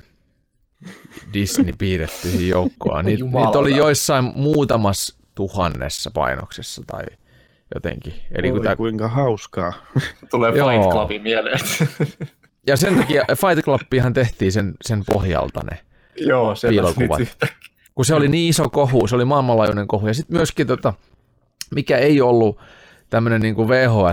S2: Disney piirrettyihin joukkoon. Niitä oli joissain muutamassa 1000 painoksessa tai jotenkin. Eli
S5: kuinka hauskaa.
S4: Tulee Fight Clubin mieleen.
S2: Ja sen takia Fight Clubihan tehtiin sen pohjalta ne piilokuvat. Kun se oli niin iso kohu, se oli maailmanlaajuinen kohu. Ja sitten myöskin, mikä ei ollut tämmöinen niin kuin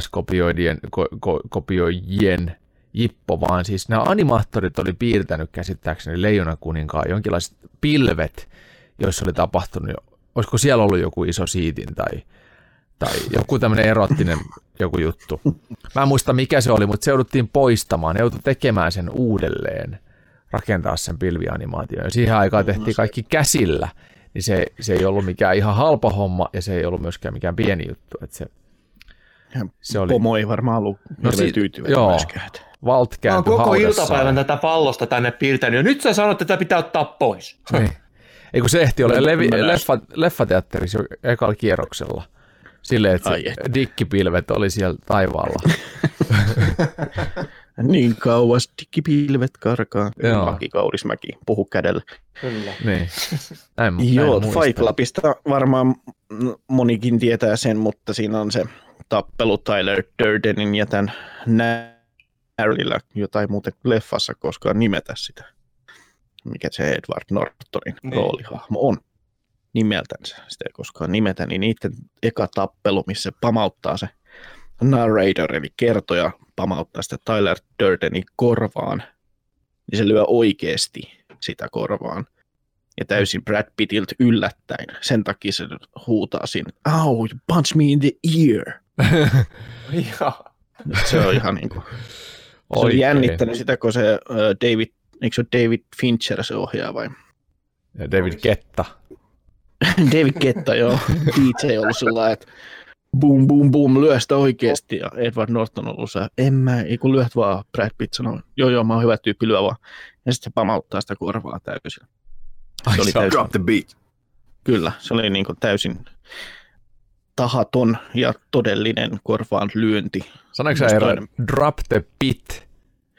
S2: VHS-kopioijien jippo, vaan siis nämä animaattorit oli piirtänyt käsittääkseni Leijona kuninkaan jonkinlaiset pilvet, joissa oli tapahtunut, olisiko siellä ollut joku iso siitin tai joku tämmöinen erottinen joku juttu. Mä en muista mikä se oli, mutta se jouduttiin poistamaan, ne joutui tekemään sen uudelleen, rakentaa sen pilvianimaation. Ja siihen aikaan tehtiin kaikki käsillä, niin se ei ollut mikään ihan halpa homma, ja se ei ollut myöskään mikään pieni juttu. Että se oli...
S5: Pomo ei varmaan ollut tyytyväinen myöskään.
S2: Valt kääntyi
S4: koko
S2: haudassaan.
S4: iltapäivän tätä pallosta tänne piirtänyt, ja nyt sä sanot, että tätä pitää ottaa pois.
S2: Niin. Ei kun se ehti olla leffateatterissa ekalla kierroksella. Silleen, että dikkipilvet oli siellä taivaalla.
S5: Niin kauas dikkipilvet karkaa. Maki Kaurismäki, puhu kädellä.
S4: Kyllä.
S2: Niin.
S5: Joo, Fight Clubista varmaan monikin tietää sen, mutta siinä on se tappelu Tyler Durdenin ja tämän Narrowilla, jota ei muuten leffassa koskaan nimetä sitä. Mikä se Edward Nortonin roolihahmo on nimeltänsä, sitä ei koskaan nimetä, niin niiden eka tappelu, missä pamauttaa se narrator, eli kertoja pamauttaa sitä Tyler Durdenin korvaan, niin se lyö oikeasti sitä korvaan. Ja täysin Brad Pittiltä yllättäen. Sen takia se huutaa siinä, "Ow, you punch me in the ear." Se on ihan niin kuin, se on jännittänyt sitä, kun se eikö se ole David Fincher se ohjaa vai?
S2: Ja David Guetta.
S5: David Guetta, joo. DJ on ollut sellainen, että boom, boom, boom, lyö sitä oikeasti. Ja Edward Norton on ollut se, ei kun lyöt vaan. Brad Pitt sanoo, joo, mä oon hyvä tyyppi, lyö vaan. Ja sitten se pamauttaa sitä korvaa täysin. Se oli täysin,
S3: drop the beat.
S5: Kyllä, se oli niin kuin täysin tahaton ja todellinen korvaan lyönti.
S2: Sanoiko sä Eero, drop the beat?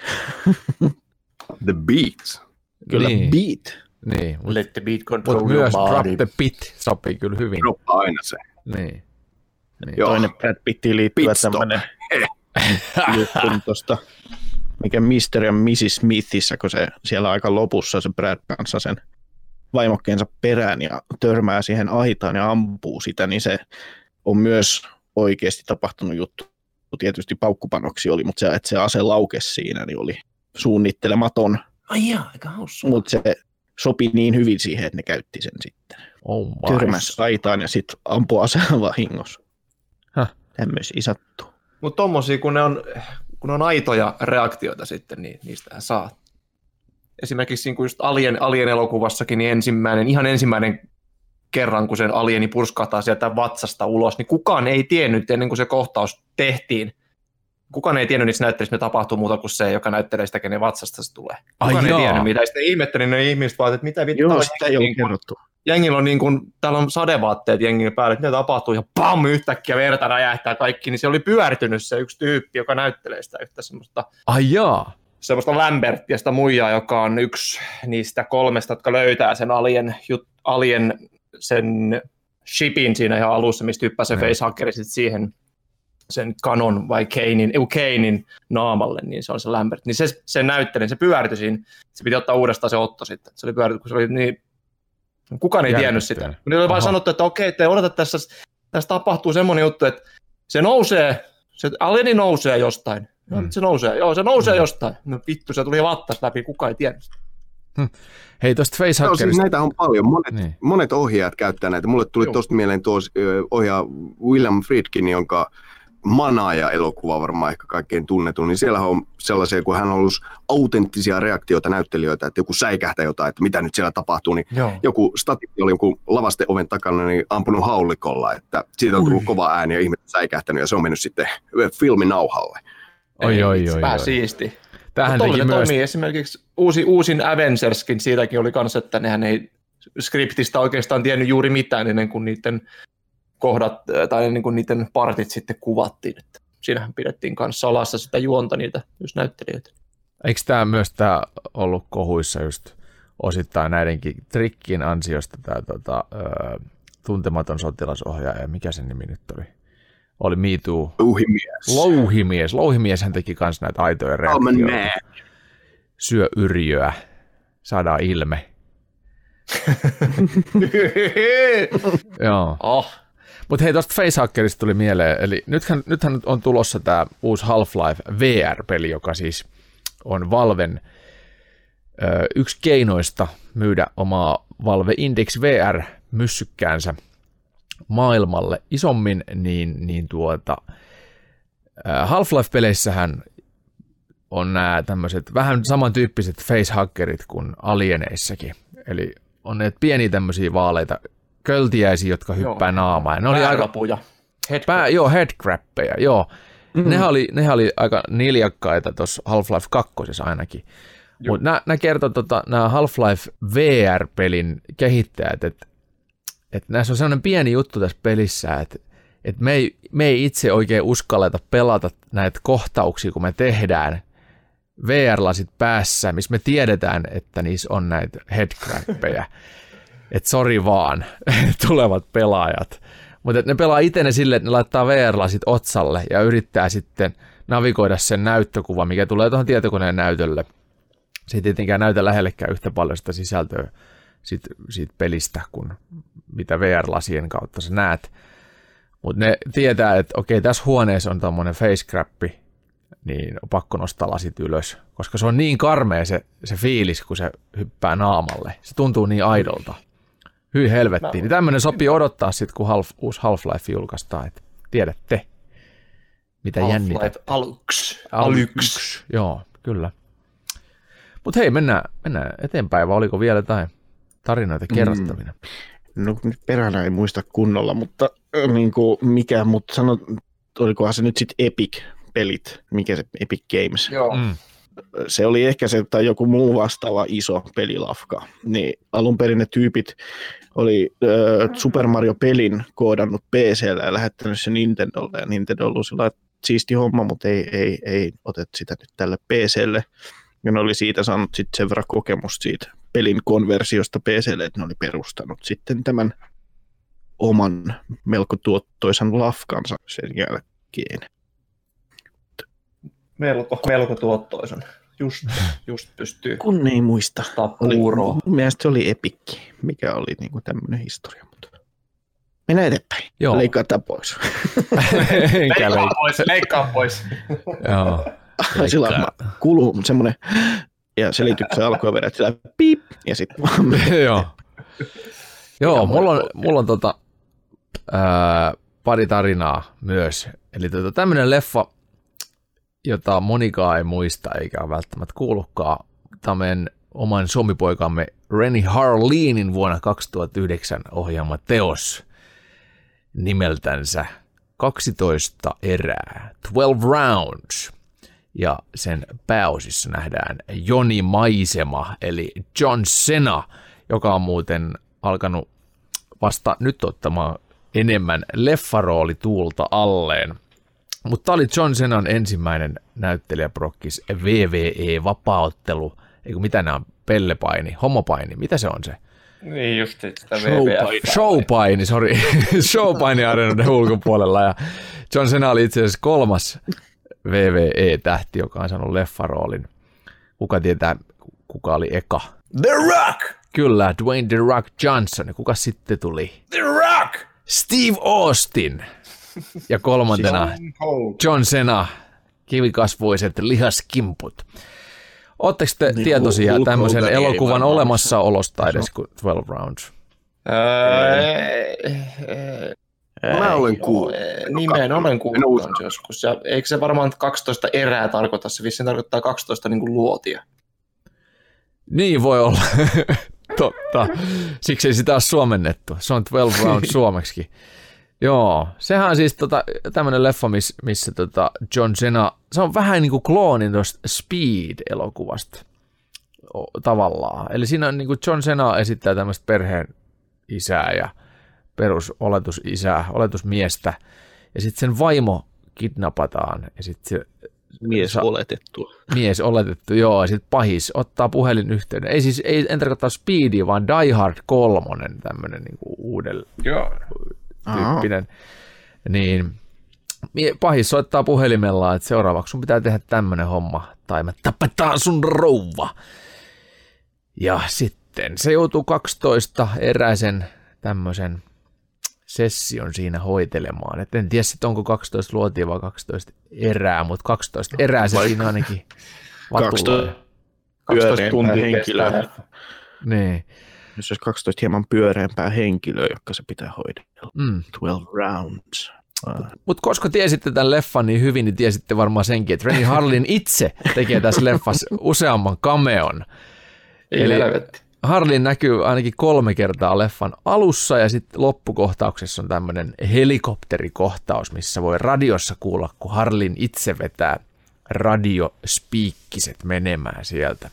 S3: The beat.
S5: Kyllä, niin. Beat.
S2: Niin,
S4: Let the beat control
S2: mutta myös drop the beat sopii kyllä hyvin.
S3: Droppaa aina se.
S2: Niin.
S5: Toinen Brad Pittiin liittyvä tämmöinen juttu tuosta, mikä Mr. ja Mrs. Smithissä, kun se siellä aika lopussa se Brad kanssa sen vaimokkeensa perään ja törmää siihen aitaan ja ampuu sitä, niin se on myös oikeasti tapahtunut juttu. Tietysti paukkupanoksi oli, mutta se, että se ase laukesi siinä, niin oli suunnittelematon.
S4: Ai jaa, aika hauska.
S5: Mutta se sopi niin hyvin siihen, että ne käytti sen sitten. Törmäs aitaan ja sitten ampui aseen vahingossa. Tämmöisiä sattuu.
S4: Mutta tommosia, kun ne on aitoja reaktioita sitten, niin niistähän saa. Esimerkiksi niin kuin just Alien-elokuvassakin, niin ihan ensimmäinen kerran, kun sen alieni purskahtaa sieltä vatsasta ulos, niin kukaan ei tiennyt ennen kuin se kohtaus tehtiin. Kukaan ei tiennyt niissä näyttelissä, mitä tapahtuu muuta kuin se, joka näyttelee sitä, kenen vatsasta se tulee. Kukaan ei tiennyt, mitä sitten ihmetteli ne ihmiset vaan, että mitä vittu.
S5: Joo, sitä ei ole kerrottu.
S4: Jengillä on niin kuin, täällä on sadevaatteet jengillä päällä, että mitä tapahtuu, ja pam, yhtäkkiä verta räjähtää kaikki, niin se oli pyörtynyt se yksi tyyppi, joka näyttelee sitä yhtä semmoista. Semmoista Lambertia, sitä muijaa, joka on yksi niistä 3, jotka löytää sen alien sen shipin siinä ihan alussa, mistä hyppää se facehackeri sitten siihen sen Canon vai Kanein naamalle, niin se on se Lambert. Niin se näytteli, se pyörtyi siinä, se piti ottaa uudestaan se otto sitten. Se oli pyörtynyt, kun se oli niin, kukaan ei tiennyt sitä. Kun oli vain sanottu, että okei, te odota tässä tapahtuu semmoinen juttu, että se nousee, se alieni nousee jostain. Se nousee jostain. No vittu, se tuli vattas läpi, kukaan ei tiennyt sitä.
S2: Hei, tuosta facehackerista.
S3: Siis näitä on paljon. Monet ohjaajat käyttää näitä. Mulle tuli tuosta mieleen tuossa ohjaaja William Friedkin, jonka Manaaja-elokuva varmaan ehkä kaikkein tunnetun, niin siellä on sellaisia, kun hän on ollut autenttisia reaktioita näyttelijöitä, että joku säikähtää jotain, että mitä nyt siellä tapahtuu, niin joku statisti oli joku lavasteoven takana niin ampunut haulikolla, että siitä on tullut kova ääni ja ihmiset säikähtänyt ja se on mennyt sitten filminauhalle.
S2: Oi.
S4: Siisti.
S2: Tämähän teki myös.
S4: Toimii. Esimerkiksi uusin Avengerskin, siitäkin oli kanssa, että nehän ei skriptistä oikeastaan tiennyt juuri mitään ennen kuin niiden kohdat tai ennen kuin niiden partit sitten kuvattiin. Että siinähän pidettiin kanssa salassa sitä juonta niitä just näyttelijöitä.
S2: Eikö tämä myös ollut kohuissa just osittain näidenkin trikkin ansiosta tämä tuntematon sotilasohjaaja, mikä sen nimi nyt oli? Oli Me Too. Louhimies. Louhimies hän teki myös näitä aitoja reaktioita. Syö yrjöä. Saadaan ilme. Joo. Mutta hei, tuosta facehackerista tuli mieleen. Eli nythän on tulossa tämä uusi Half-Life VR-peli, joka siis on Valven yksi keinoista myydä omaa Valve Index VR-myssykkäänsä. maailmalle isommin, niin Half-Life-peleissähän on nämä tämmöiset vähän samantyyppiset facehuggerit kuin Alieneissäkin. Eli on ne pieniä tämmöisiä vaaleita költiäisiä, jotka hyppää naamaan. Ne oli aika headcrappeja, joo. Nehän oli aika niljakkaita tuossa Half-Life 2 ainakin. Mutta nämä kertoo nämä Half-Life VR-pelin kehittäjät, että näissä on sellainen pieni juttu tässä pelissä, että me ei itse oikein uskalleta pelata näitä kohtauksia, kun me tehdään VR-lasit päässä, missä me tiedetään, että niissä on näitä headcrappeja. Että sori vaan, tulevat pelaajat. Mutta ne pelaa itse silleen, että ne laittaa VR-lasit otsalle ja yrittää sitten navigoida sen näyttökuva, mikä tulee tuohon tietokoneen näytölle. Se ei tietenkään näytä lähellekään yhtä paljon sitä sisältöä siitä pelistä, kuin mitä VR-lasien kautta sä näet. Mutta ne tietää, että okei, tässä huoneessa on tommonen facecrappi, niin on pakko nostaa lasit ylös, koska se on niin karmea se fiilis, kun se hyppää naamalle. Se tuntuu niin aidolta. Hyi helvettiin. Niin tämmöinen sopii odottaa sitten, kun uusi Half-Life julkaistaan, että tiedätte, mitä jännitä. Alyx. Joo, kyllä. Mutta hei, mennään eteenpäin, vai oliko vielä jotain tarinoita kerrottavina?
S5: No nyt peränä ei muista kunnolla, mutta niin kuin mikä, mutta sano, olikohan se nyt sitten Epic-pelit, mikä se Epic Games?
S4: Joo.
S5: Se oli ehkä se tai joku muu vastaava iso pelilafka. Niin alun perin ne tyypit oli Super Mario-pelin koodannut PC:llä ja lähettänyt se Nintendolle. Ja Nintendo oli sillä siisti homma, mutta ei otet sitä nyt tälle PC:lle. Ja ne oli siitä saanut sitten sen verran kokemusta siitä pelin konversiosta PC:lle, että ne oli perustanut sitten tämän oman melko tuottoisan lafkansa sen jälkeen.
S4: Melko tuottoisen. Just pystyy.
S5: Kun ei muista.
S4: Puuroa.
S5: Mun mielestä se oli Epic, mikä oli niinku tämmöinen historia. Mutta mennään eteenpäin.
S2: Joo.
S5: Leikataan pois.
S4: Leikkaa pois.
S2: Joo.
S5: Sillä kuluu semmoinen, ja selityksen alkoi vedät sillä piip, ja sitten vaan
S2: Joo, mulla on pari tarinaa myös. Eli tämmöinen leffa, jota monikaan ei muista eikä ole välttämättä kuullutkaan. Tämä meidän oman suomipoikamme Renny Harlinin vuonna 2009 ohjaama teos nimeltänsä 12 erää, 12 rounds. Ja sen pääosissa nähdään Joni Maisema, eli John Cena, joka on muuten alkanut vasta nyt ottamaan enemmän leffaroolituulta alleen. Mutta tämä oli John Cenan ensimmäinen näyttelijäprokkis WWE-vapauttelu, eikö mitä nämä on, pellepaini, homopaini, mitä se on se?
S4: Niin just sitä WWF.
S2: Showpaini, sori, Showpaini-areenoiden ulkopuolella, ja John Cena oli itse asiassa 3. WWE-tähti, joka on saanut leffaroolin. Kuka tietää, kuka oli eka?
S4: The Rock!
S2: Kyllä, Dwayne The Rock Johnson. Ja kuka sitten tuli?
S4: The Rock!
S2: Steve Austin. Ja 3. John Cena, kivikasvoiset lihaskimput. Oletteko te tietoisia tämmöisen elokuvan olemassaolosta edes kuin 12 Rounds?
S3: Mä olen kuullut.
S4: Nimen olen kuullut joskus. Ja eikö se varmaan 12 erää tarkoita? Se vissiin tarkoittaa 12 niin kuin luotia.
S2: Niin voi olla. Totta. Siksi ei sitä ole suomennettu. Se on 12 rounds suomeksi. Joo, sehän on siis tämmöinen leffa, missä John Cena, se on vähän niin kuin kloonin tuosta Speed-elokuvasta tavallaan. Eli siinä on niin kuin John Cena esittää tämmöistä perheen isää ja perusoletusisää, oletusmiestä, ja sitten sen vaimo kidnapataan, ja sitten se Mies oletettu, joo, ja sitten pahis ottaa puhelinyhteyden. En tarkoita Speedia, vaan Die Hard 3, tämmöinen niin kuin uuden tyyppinen. Niin pahis soittaa puhelimella, että seuraavaksi sun pitää tehdä tämmöinen homma, tai me tapetaan sun rouva. Ja sitten se joutuu 12 eräisen tämmöisen session siinä hoitelemaan. Et en tiedä sitten onko 12 luotia vai 12 erää, mutta 12 erää se siinä ainakin
S5: 12 tuntia henkilöä.
S2: Niin.
S5: jos olisi 12 hieman pyöreämpää henkilöä, jotka se pitää hoidella. 12 rounds.
S2: Mutta koska tiesitte tämän leffan niin hyvin, niin tiesitte varmaan senkin, että Renny Harlin itse tekee tässä leffassa useamman cameon. Eli Harlin näkyy ainakin 3 kertaa leffan alussa ja sitten loppukohtauksessa on tämmöinen helikopterikohtaus, missä voi radiossa kuulla, kun Harlin itse vetää radiospiikkiset menemään sieltä.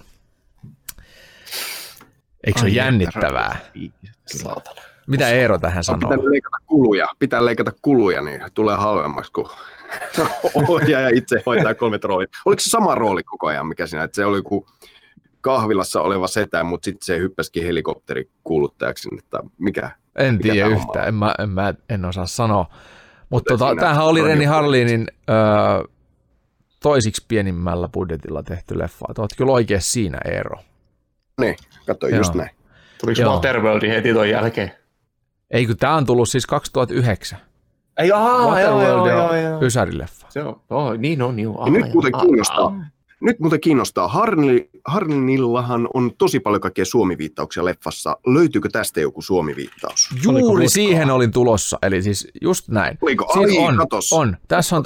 S2: Eikö se ole jännittävää? Mitä Eero tähän sanoo?
S3: Pitää leikata kuluja, niin tulee halvemmaksi, kun ohjaaja itse hoitaa 3 roolia. Oliko se sama rooli koko ajan, mikä siinä? Että se oli joku kahvilassa oleva setä, mutta sitten se hyppäsikin helikopterikuuluttajaksi. Että mikä?
S2: En tiedä yhtään, en osaa sanoa. Mutta tämähän oli Renny Harlinin toisiksi pienimmällä budjetilla tehty leffa. Olet kyllä oikein siinä, Eero.
S3: Niin, katso just näin.
S4: Tuliko Waterworld heti ton jälkeen?
S2: Ei, kun tämä on tullut siis 2009.
S4: Ei,
S2: Waterworld on ysärileffa.
S4: Se on, niin on.
S3: Nyt muuten kiinnostaa. Harlinillahan on tosi paljon kaikkia suomiviittauksia leffassa. Löytyykö tästä joku suomiviittaus?
S2: Juuri siihen olin tulossa. Eli siis just näin. On. Tässä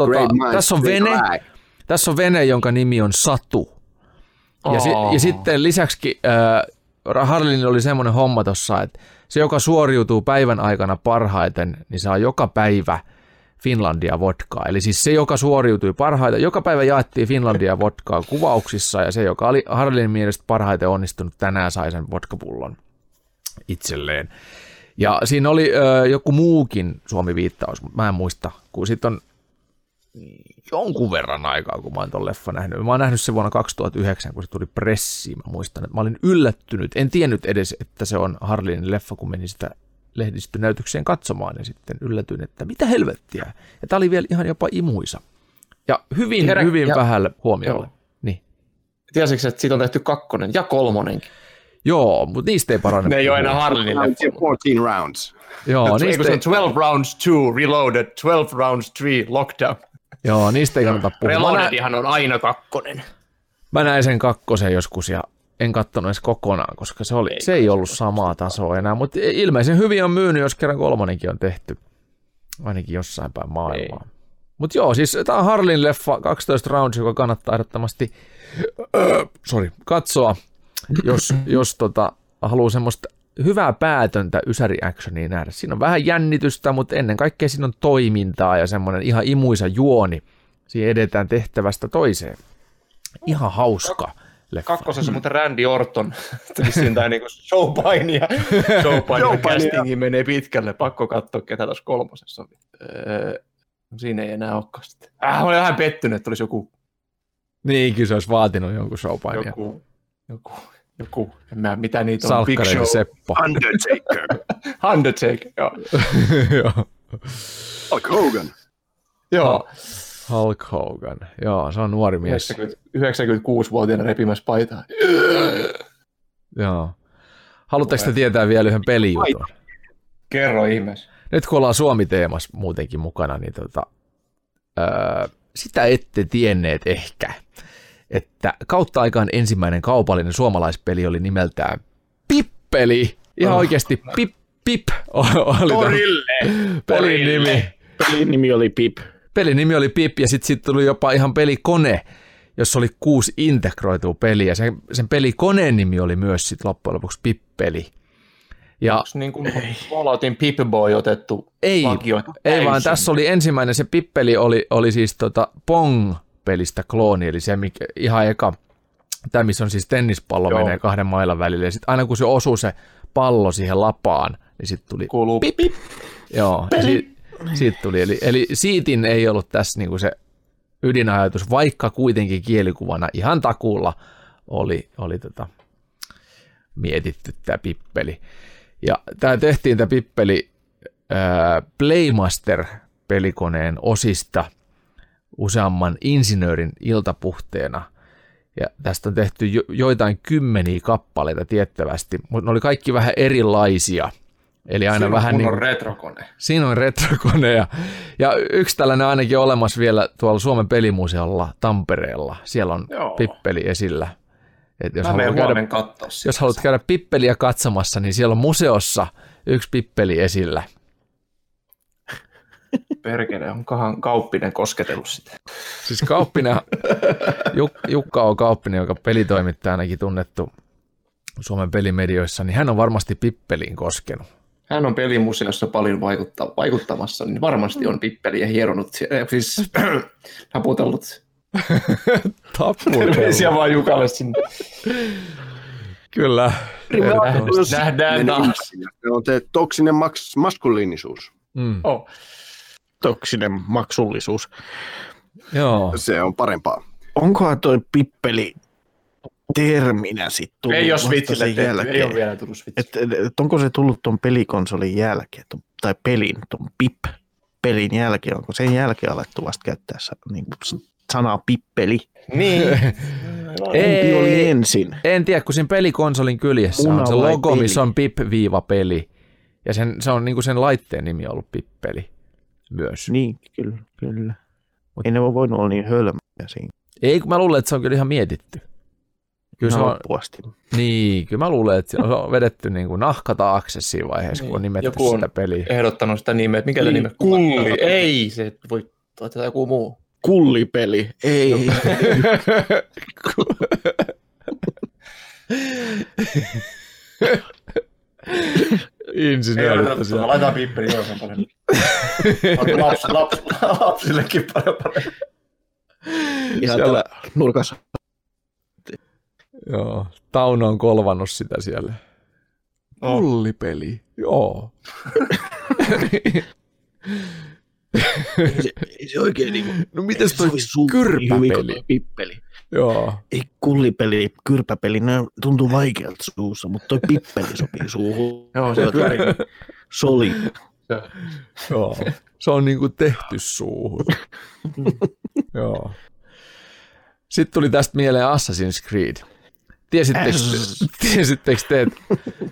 S2: on vene, jonka nimi on Satu. Ja sitten lisäksi Harlinilla oli semmoinen homma tuossa, että se, joka suoriutuu päivän aikana parhaiten, niin saa joka päivä Finlandia vodkaa. Eli siis se, joka suoriutui parhaiten, joka päivä jaettiin Finlandia vodkaa kuvauksissa, ja se, joka oli Harlinin mielestä parhaiten onnistunut, tänään sai sen vodkapullon itselleen. Ja siinä oli joku muukin Suomi-viittaus, mutta mä en muista, kun sitten on jonkun verran aikaa, kun mä oon ton leffan nähnyt. Mä oon nähnyt sen vuonna 2009, kun se tuli pressiin. Mä muistan, että mä olin yllättynyt. En tiennyt edes, että se on Harlinin leffa, kun menin sitä lehdistönäytökseen katsomaan. Ja sitten yllätyin, että mitä helvettiä. Ja tää oli vielä ihan jopa imuisa. Ja hyvin vähälle huomiolle. Niin.
S4: Tiesitkö, että siitä on tehty 2 ja 3?
S2: Joo, mutta niistä ei parane.
S4: Ne ei ole enää Harlinin leffa.
S3: 14 rounds.
S2: Joo, niistä
S4: ei... 12 rounds 2, reloaded, 12 rounds 3, lockdown.
S2: Joo, niistä ei kannata puhua.
S4: Reloadedihan on aina 2.
S2: Mä näin sen 2 joskus ja en katsonut edes kokonaan, koska se ei ollut samaa tasoa enää, mutta ilmeisen hyvin on myynyt, jos kerran 3 on tehty, ainakin jossain päin maailmaa. Mutta joo, siis tämä on Harlin leffa 12 rounds, joka kannattaa ehdottomasti katsoa, jos haluaa semmoista hyvää päätöntä ysäri-actionia nähdä. Siinä on vähän jännitystä, mutta ennen kaikkea siinä on toimintaa ja semmoinen ihan imuisa juoni. Siinä edetään tehtävästä toiseen. Ihan hauska leffa.
S4: 2. muuten Randy Orton. Siinä niinku showpainia. Showpainia castingi menee pitkälle. Pakko katsoa, ketä tässä 3. on. Siinä ei enää olekaan sitten. Mä olin vähän pettynyt, että olisi joku...
S2: Niin, kyllä se olisi vaatinut jonkun showpainia.
S4: Joku, mitä niitä on?
S2: Salkkareiden Seppo.
S4: Undertaker, joo.
S3: Hulk Hogan.
S4: Joo.
S2: Hulk Hogan, joo, se on nuori mies.
S4: 96-vuotiaana repimässä paitaa.
S2: Joo. Haluatteko te tietää vielä yhden pelijutun?
S4: Kerro ihmeessä.
S2: Nyt kun ollaan Suomi-teemassa muutenkin mukana, niin sitä ette tienneet ehkä, että kautta aikaan ensimmäinen kaupallinen suomalaispeli oli nimeltään Pippeli. Ihan oikeasti Pip oli pelin nimi.
S5: Pelin nimi oli Pip.
S2: Pelin nimi oli Pip ja sitten tuli jopa ihan pelikone, jossa oli 6 integroitua peliä. Sen pelikoneen nimi oli myös sit loppujen lopuksi Pippeli.
S4: Ja onko niin kuin Falloutin Pip-Boy otettu?
S2: Ei vaan tässä oli ensimmäinen, se Pippeli oli siis Pong-pelistä klooni, eli se ihan eka, tämä missä on siis tennispallo menee 2 mailan välillä, ja sitten aina kun se osuu se pallo siihen lapaan, niin sitten tuli
S4: kuuluu
S2: pip. Joo, siitä tuli, eli siitin ei ollut tässä niinku se ydinajatus, vaikka kuitenkin kielikuvana ihan takuulla oli mietitty tämä Pippeli. Ja tämä tehtiin tämä Pippeli Playmaster-pelikoneen osista useamman insinöörin iltapuhteena. Ja tästä on tehty joitain 10 kappaleita tiettävästi, mutta ne oli kaikki vähän erilaisia. Eli aina
S4: siinä
S2: vähän
S4: niin retrokone.
S2: Siinä on retrokone. Ja yksi tällainen ainakin olemassa vielä tuolla Suomen pelimuseolla Tampereella. Siellä on Pippeli esillä. Et
S4: jos
S2: haluat käydä pippeliä katsomassa, niin siellä on museossa yksi pippeli esillä.
S4: Perkele, onkohan Kauppinen kosketellut sitä?
S2: Siis Kauppinen, Jukka on Kauppinen, joka pelitoimittajanakin tunnettu Suomen pelimedioissa, niin hän on varmasti pippeliin koskenut.
S4: Hän on pelimuseossa paljon vaikuttamassa, niin varmasti on pippeliä hieronut, siis taputellut. Terveisiä vaan Jukalle sinne.
S2: Kyllä.
S4: Nähdään taas.
S3: Se on se toksinen maskuliinisuus.
S4: Oh.
S5: Toksinen maksullisuus.
S2: Joo.
S3: Se on parempaa.
S5: Onkohan toi pippeli terminä sitten tullut
S4: ei jos vitsille
S5: sen jälkeen?
S4: Ei ole vielä tullut vitsille.
S5: Onko se tullut ton pelikonsolin jälkeen, tai ton PIP-pelin jälkeen? Onko sen jälkeen alettu vasta käyttää niin sanaa pippeli?
S4: Niin.
S5: Ei oli ensin.
S2: En tiedä, kun siinä pelikonsolin kyljessä on se logo, missä on pip-peli. Ja se on niinku sen laitteen nimi ollut pippeli myös.
S5: Niin, kyllä. Ei ne voinut olla niin hölmöjä siinä.
S2: Ei, kun mä luulen, että se on kyllä ihan mietitty. Kyllä se on, niin, kyllä mä luulen, että se on vedetty niin kuin nahka taakse siinä vaiheessa, kun on nimetty
S4: joku
S2: sitä peliä.
S4: Joku on ehdottanut sitä nimeä, että mikä se nime? Kulli. Ei, se voi toittaa joku muu.
S5: Kullipeli. Ei.
S2: Insinöörit tosiaan.
S4: Laitetaan pippeli, joo, se on paljon. Lapsillekin paljon parempi.
S5: Ihan täällä nurkassa.
S2: Joo, Tauno on kolvannut sitä siellä. Kullipeli, joo.
S5: Ei se oikein niinku...
S2: No mites toi kyrpäpeli?
S5: Pippeli.
S2: Joo.
S5: Ei kullipeli, kyrpäpeli, ne tuntuu vaikealta suussa, mutta toi pippeli sopii suuhun.
S4: Joo, se pyörii.
S5: Soli.
S2: Joo, se on niinku tehty suuhun. Joo. Sitten tuli tästä mieleen Assassin's Creed. Tiesittekö te, että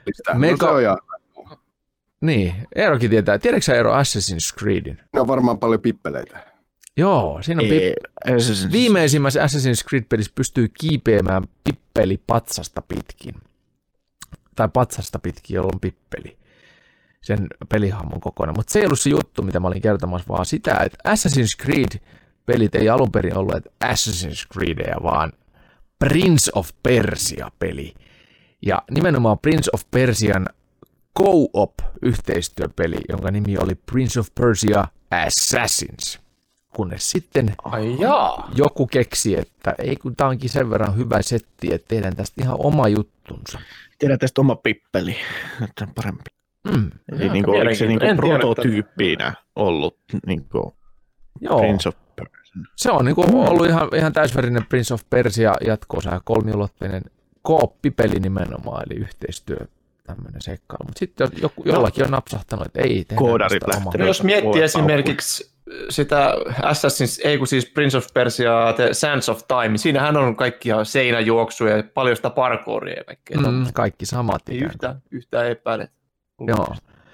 S2: Niin, Eerokin tietää. Tiedätkö sä Eero Assassin's Creedin?
S3: Ne on varmaan paljon pippeleitä.
S2: Joo, siinä on viimeisimmässä Assassin's Creed-pelissä pystyy kiipeämään pippeli patsasta pitkin. Tai patsasta pitkin, jolla on pippeli. Sen pelihahmon kokonaan. Mutta se ei ollut se juttu, mitä mä olin kertomassa, vaan sitä, että Assassin's Creed-pelit ei alun perin ollut Assassin's Creedeja, vaan Prince of Persia-peli. Ja nimenomaan Prince of Persian co-op-yhteistyöpeli, jonka nimi oli Prince of Persia Assassins. Kunnes sitten joku keksi, että ei kun tämä onkin sen verran hyvä setti, että tehdään tästä ihan oma juttunsa.
S5: Tehdään tästä oma pippeli, että on parempi. Eli niin kuin, oliko se niin kuin prototyyppinä ollut niin kuin Prince of Persia?
S2: Se on niin kuin ollut ihan täysverinen Prince of Persia jatko-osa, kolmiulotteinen co-op-peli nimenomaan, eli yhteistyö. Tämmöinen seikkailu, mutta sitten jollakin on napsahtanut, että ei tehdä tästä omaa.
S4: Jos miettii esimerkiksi sitä siis Prince of Persia, The Sands of Time, siinähän on kaikkia seinäjuoksuja ja paljon sitä parkouria ja kaikkea.
S2: Kaikki samat.
S4: Ei yhtään epäile.
S2: Joo.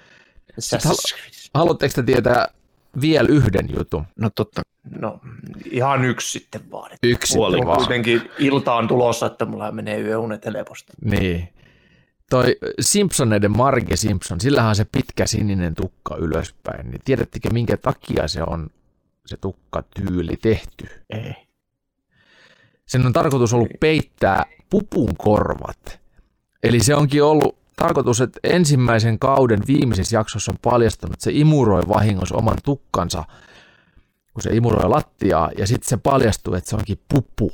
S2: Haluatteko te tietää vielä yhden jutun?
S5: No totta.
S4: No ihan yksi sitten vaan.
S2: Yksi vaan.
S4: Kuitenkin ilta on tulossa, että mulla menee yöunet helposti.
S2: Niin. Toi Simpsoneiden Marge Simpson, sillähän on se pitkä sininen tukka ylöspäin, niin tiedättekö minkä takia se on se tukkatyyli tehty?
S5: Ei.
S2: Sen on tarkoitus ollut peittää pupun korvat. Eli se onkin ollut tarkoitus, että ensimmäisen kauden viimeisessä jaksossa on paljastunut, että se imuroi vahingossa oman tukkansa, kun se imuroi lattiaa, ja sitten se paljastuu, että se onkin pupu.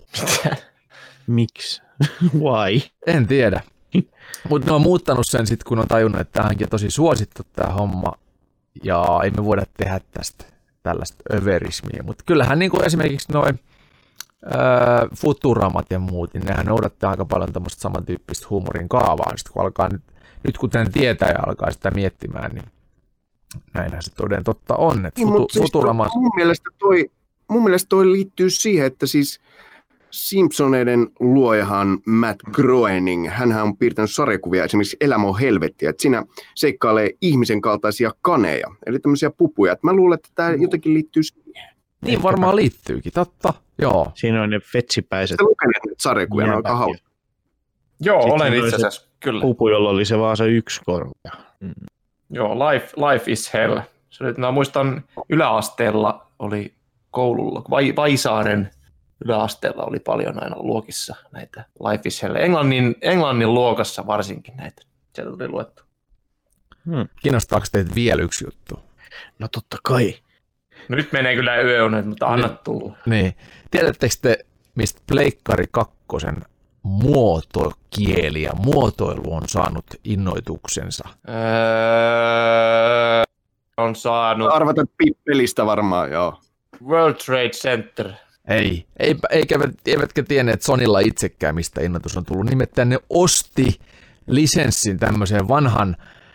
S5: Miksi? Why?
S2: En tiedä. Mutta ne on muuttanut sen sitten, kun on tajunnut, että tämähänkin on tosi suosittu tämä homma, ja ei me voida tehdä tästä tällaista överismiä. Mutta kyllähän niin kuin esimerkiksi noin Futuramat ja muut, niin nehän noudattaa aika paljon tämmöistä samantyyppistä huumorin kaavaa. Sitten kun alkaa nyt kun tämän tietää ja alkaa sitä miettimään, niin näinhän se toden totta on. Että
S3: Futuramat... mun mielestä toi liittyy siihen, että siis Simpsoneiden luojahan Matt Groening, hänhän on piirtänyt sarjakuvia esimerkiksi Elämä on helvettiä, että siinä seikkailee ihmisen kaltaisia kaneja, eli tämmöisiä pupuja. Että mä luulen, että tämä jotenkin liittyy siihen.
S2: Niin varmaan liittyykin, totta, joo.
S5: Siinä on ne fetsipäiset.
S3: Sä lukeneet nyt sarjakuvia, ne on aika hauska.
S4: Joo, sitten olen itse asiassa, kyllä.
S5: Pupu, jolla oli se vaan se yksi korvia.
S4: Joo, life is hell. Se oli, mä muistan, yläasteella oli koululla, Vaisaaren yläasteella oli paljon aina luokissa näitä life is hell. Englannin luokassa varsinkin näitä. Sieltä tuli luettu.
S2: Kiinnostaako teitä vielä yksi juttu?
S5: No totta kai.
S4: No nyt menee kyllä yöunet, mutta anna tulla.
S2: Niin. Tiedättekö te, mistä Pleikkari 2 muotokieli ja muotoilu on saanut innoituksensa?
S4: On saanut...
S3: Arvata pelistä varmaan, joo.
S4: World Trade Center.
S2: Eivätkä tienneet, että Sonylla itsekään mistä innoitus on tullut. Nimittäin ne osti lisenssin tämmöiseen vanhan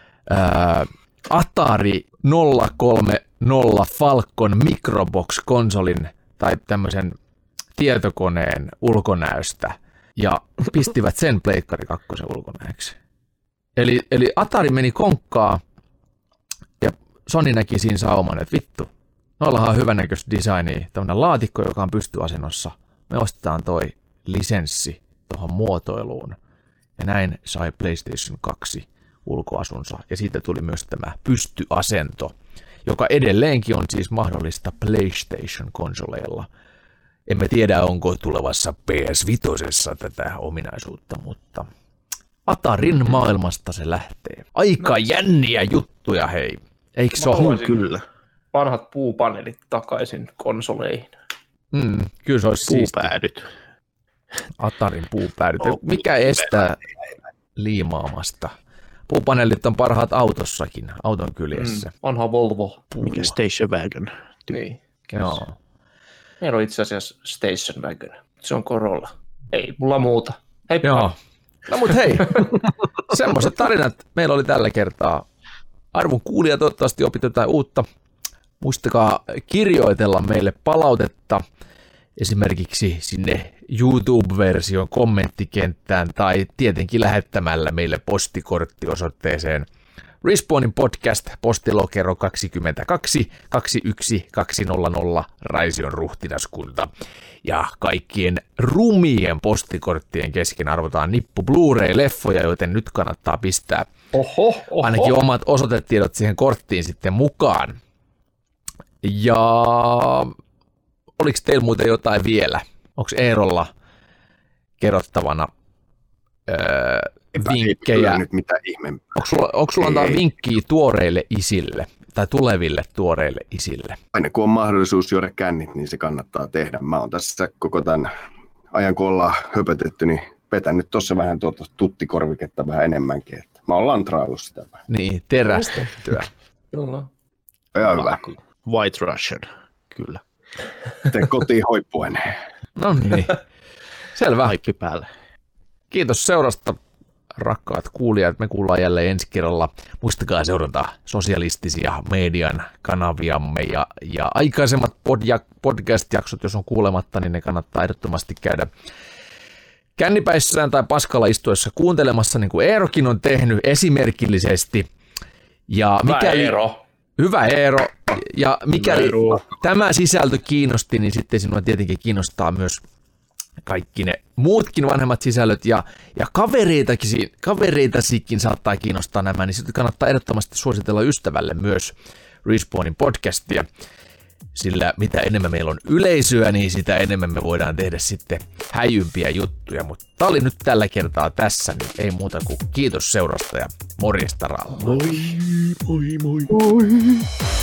S2: Atari 030 Falcon Microbox-konsolin tai tämmöisen tietokoneen ulkonäöstä ja pistivät sen Pleikkari 2 ulkonäöksi. Eli Atari meni konkkaan ja Sony näki siinä sauman, että vittu, noillahan on hyvänäköistä designia, tämmöinen laatikko, joka on pystyasennossa. Me ostetaan toi lisenssi tuohon muotoiluun. Ja näin sai PlayStation 2 ulkoasunsa. Ja siitä tuli myös tämä pystyasento, joka edelleenkin on siis mahdollista PlayStation-konsoleilla. Emme tiedä, onko tulevassa PS5 tätä ominaisuutta, mutta Atarin maailmasta se lähtee. Aika jänniä juttuja, hei. Eikö se ole?
S5: Kyllä.
S4: Vanhat puupaneelit takaisin konsoleihin.
S2: Kyllä se olisi
S5: puupäädyt.
S2: Atarin puupäädyt. Mikä estää liimaamasta? Puupaneelit on parhaat autossakin, auton kyljessä.
S4: Onhan Volvo.
S5: Mikä Station Wagon?
S4: Niin.
S2: Joo.
S4: Meillä on itse asiassa Station Wagon. Se on Corolla. Ei mulla muuta. Heippa.
S2: Joo. No mut hei, semmoiset tarinat meillä oli tällä kertaa. Arvon kuulija, toivottavasti opit jotain uutta. Muistakaa kirjoitella meille palautetta esimerkiksi sinne YouTube-version kommenttikenttään tai tietenkin lähettämällä meille postikortti osoitteeseen Respawnin podcast, postilokero 22 21200 Raision ruhtinaskunta. Ja kaikkien rumien postikorttien kesken arvotaan nippu Blu-ray-leffoja, joten nyt kannattaa pistää ainakin omat osoitetiedot siihen korttiin sitten mukaan. Ja oliko teillä muuten jotain vielä? Onko Eerolla kerrottavana vinkkejä?
S3: Nyt mitä ihmeempää.
S2: Onko sulla antaa vinkkiä tuoreille isille tai tuleville tuoreille isille?
S3: Aina kun on mahdollisuus juoda kännit, niin se kannattaa tehdä. Mä oon tässä koko tämän ajan, kun ollaan höpötetty, niin vetänyt tuossa vähän tuota tuttikorviketta vähän enemmänkin. Että mä oon lantraillut sitä vähän.
S2: Niin, terästettyä.
S4: Kyllä.
S3: Ja hyvä.
S5: White Russian, kyllä.
S3: Tee kotiin hoippuen.
S2: No niin, selvä.
S5: Haippi päälle.
S2: Kiitos seurasta, rakkaat kuulijat. Me kuullaan jälleen ensi kerralla. Muistakaa seurata sosialistisia median kanaviamme ja aikaisemmat podcast-jaksot, jos on kuulematta, niin ne kannattaa ehdottomasti käydä kännipäissään tai paskalla istuessa kuuntelemassa, niin kuin Eerokin on tehnyt esimerkillisesti. Ja Hyvä Eero. Ja mikäli tämä sisältö kiinnosti, niin sitten sinua tietenkin kiinnostaa myös kaikki ne muutkin vanhemmat sisällöt ja kavereitasikin saattaa kiinnostaa nämä, niin sitten kannattaa ehdottomasti suositella ystävälle myös Respawnin podcastia, sillä mitä enemmän meillä on yleisöä, niin sitä enemmän me voidaan tehdä sitten häijympiä juttuja, mutta tämä oli nyt tällä kertaa tässä, niin ei muuta kuin kiitos seurasta ja morjesta Rauha.
S5: Moi.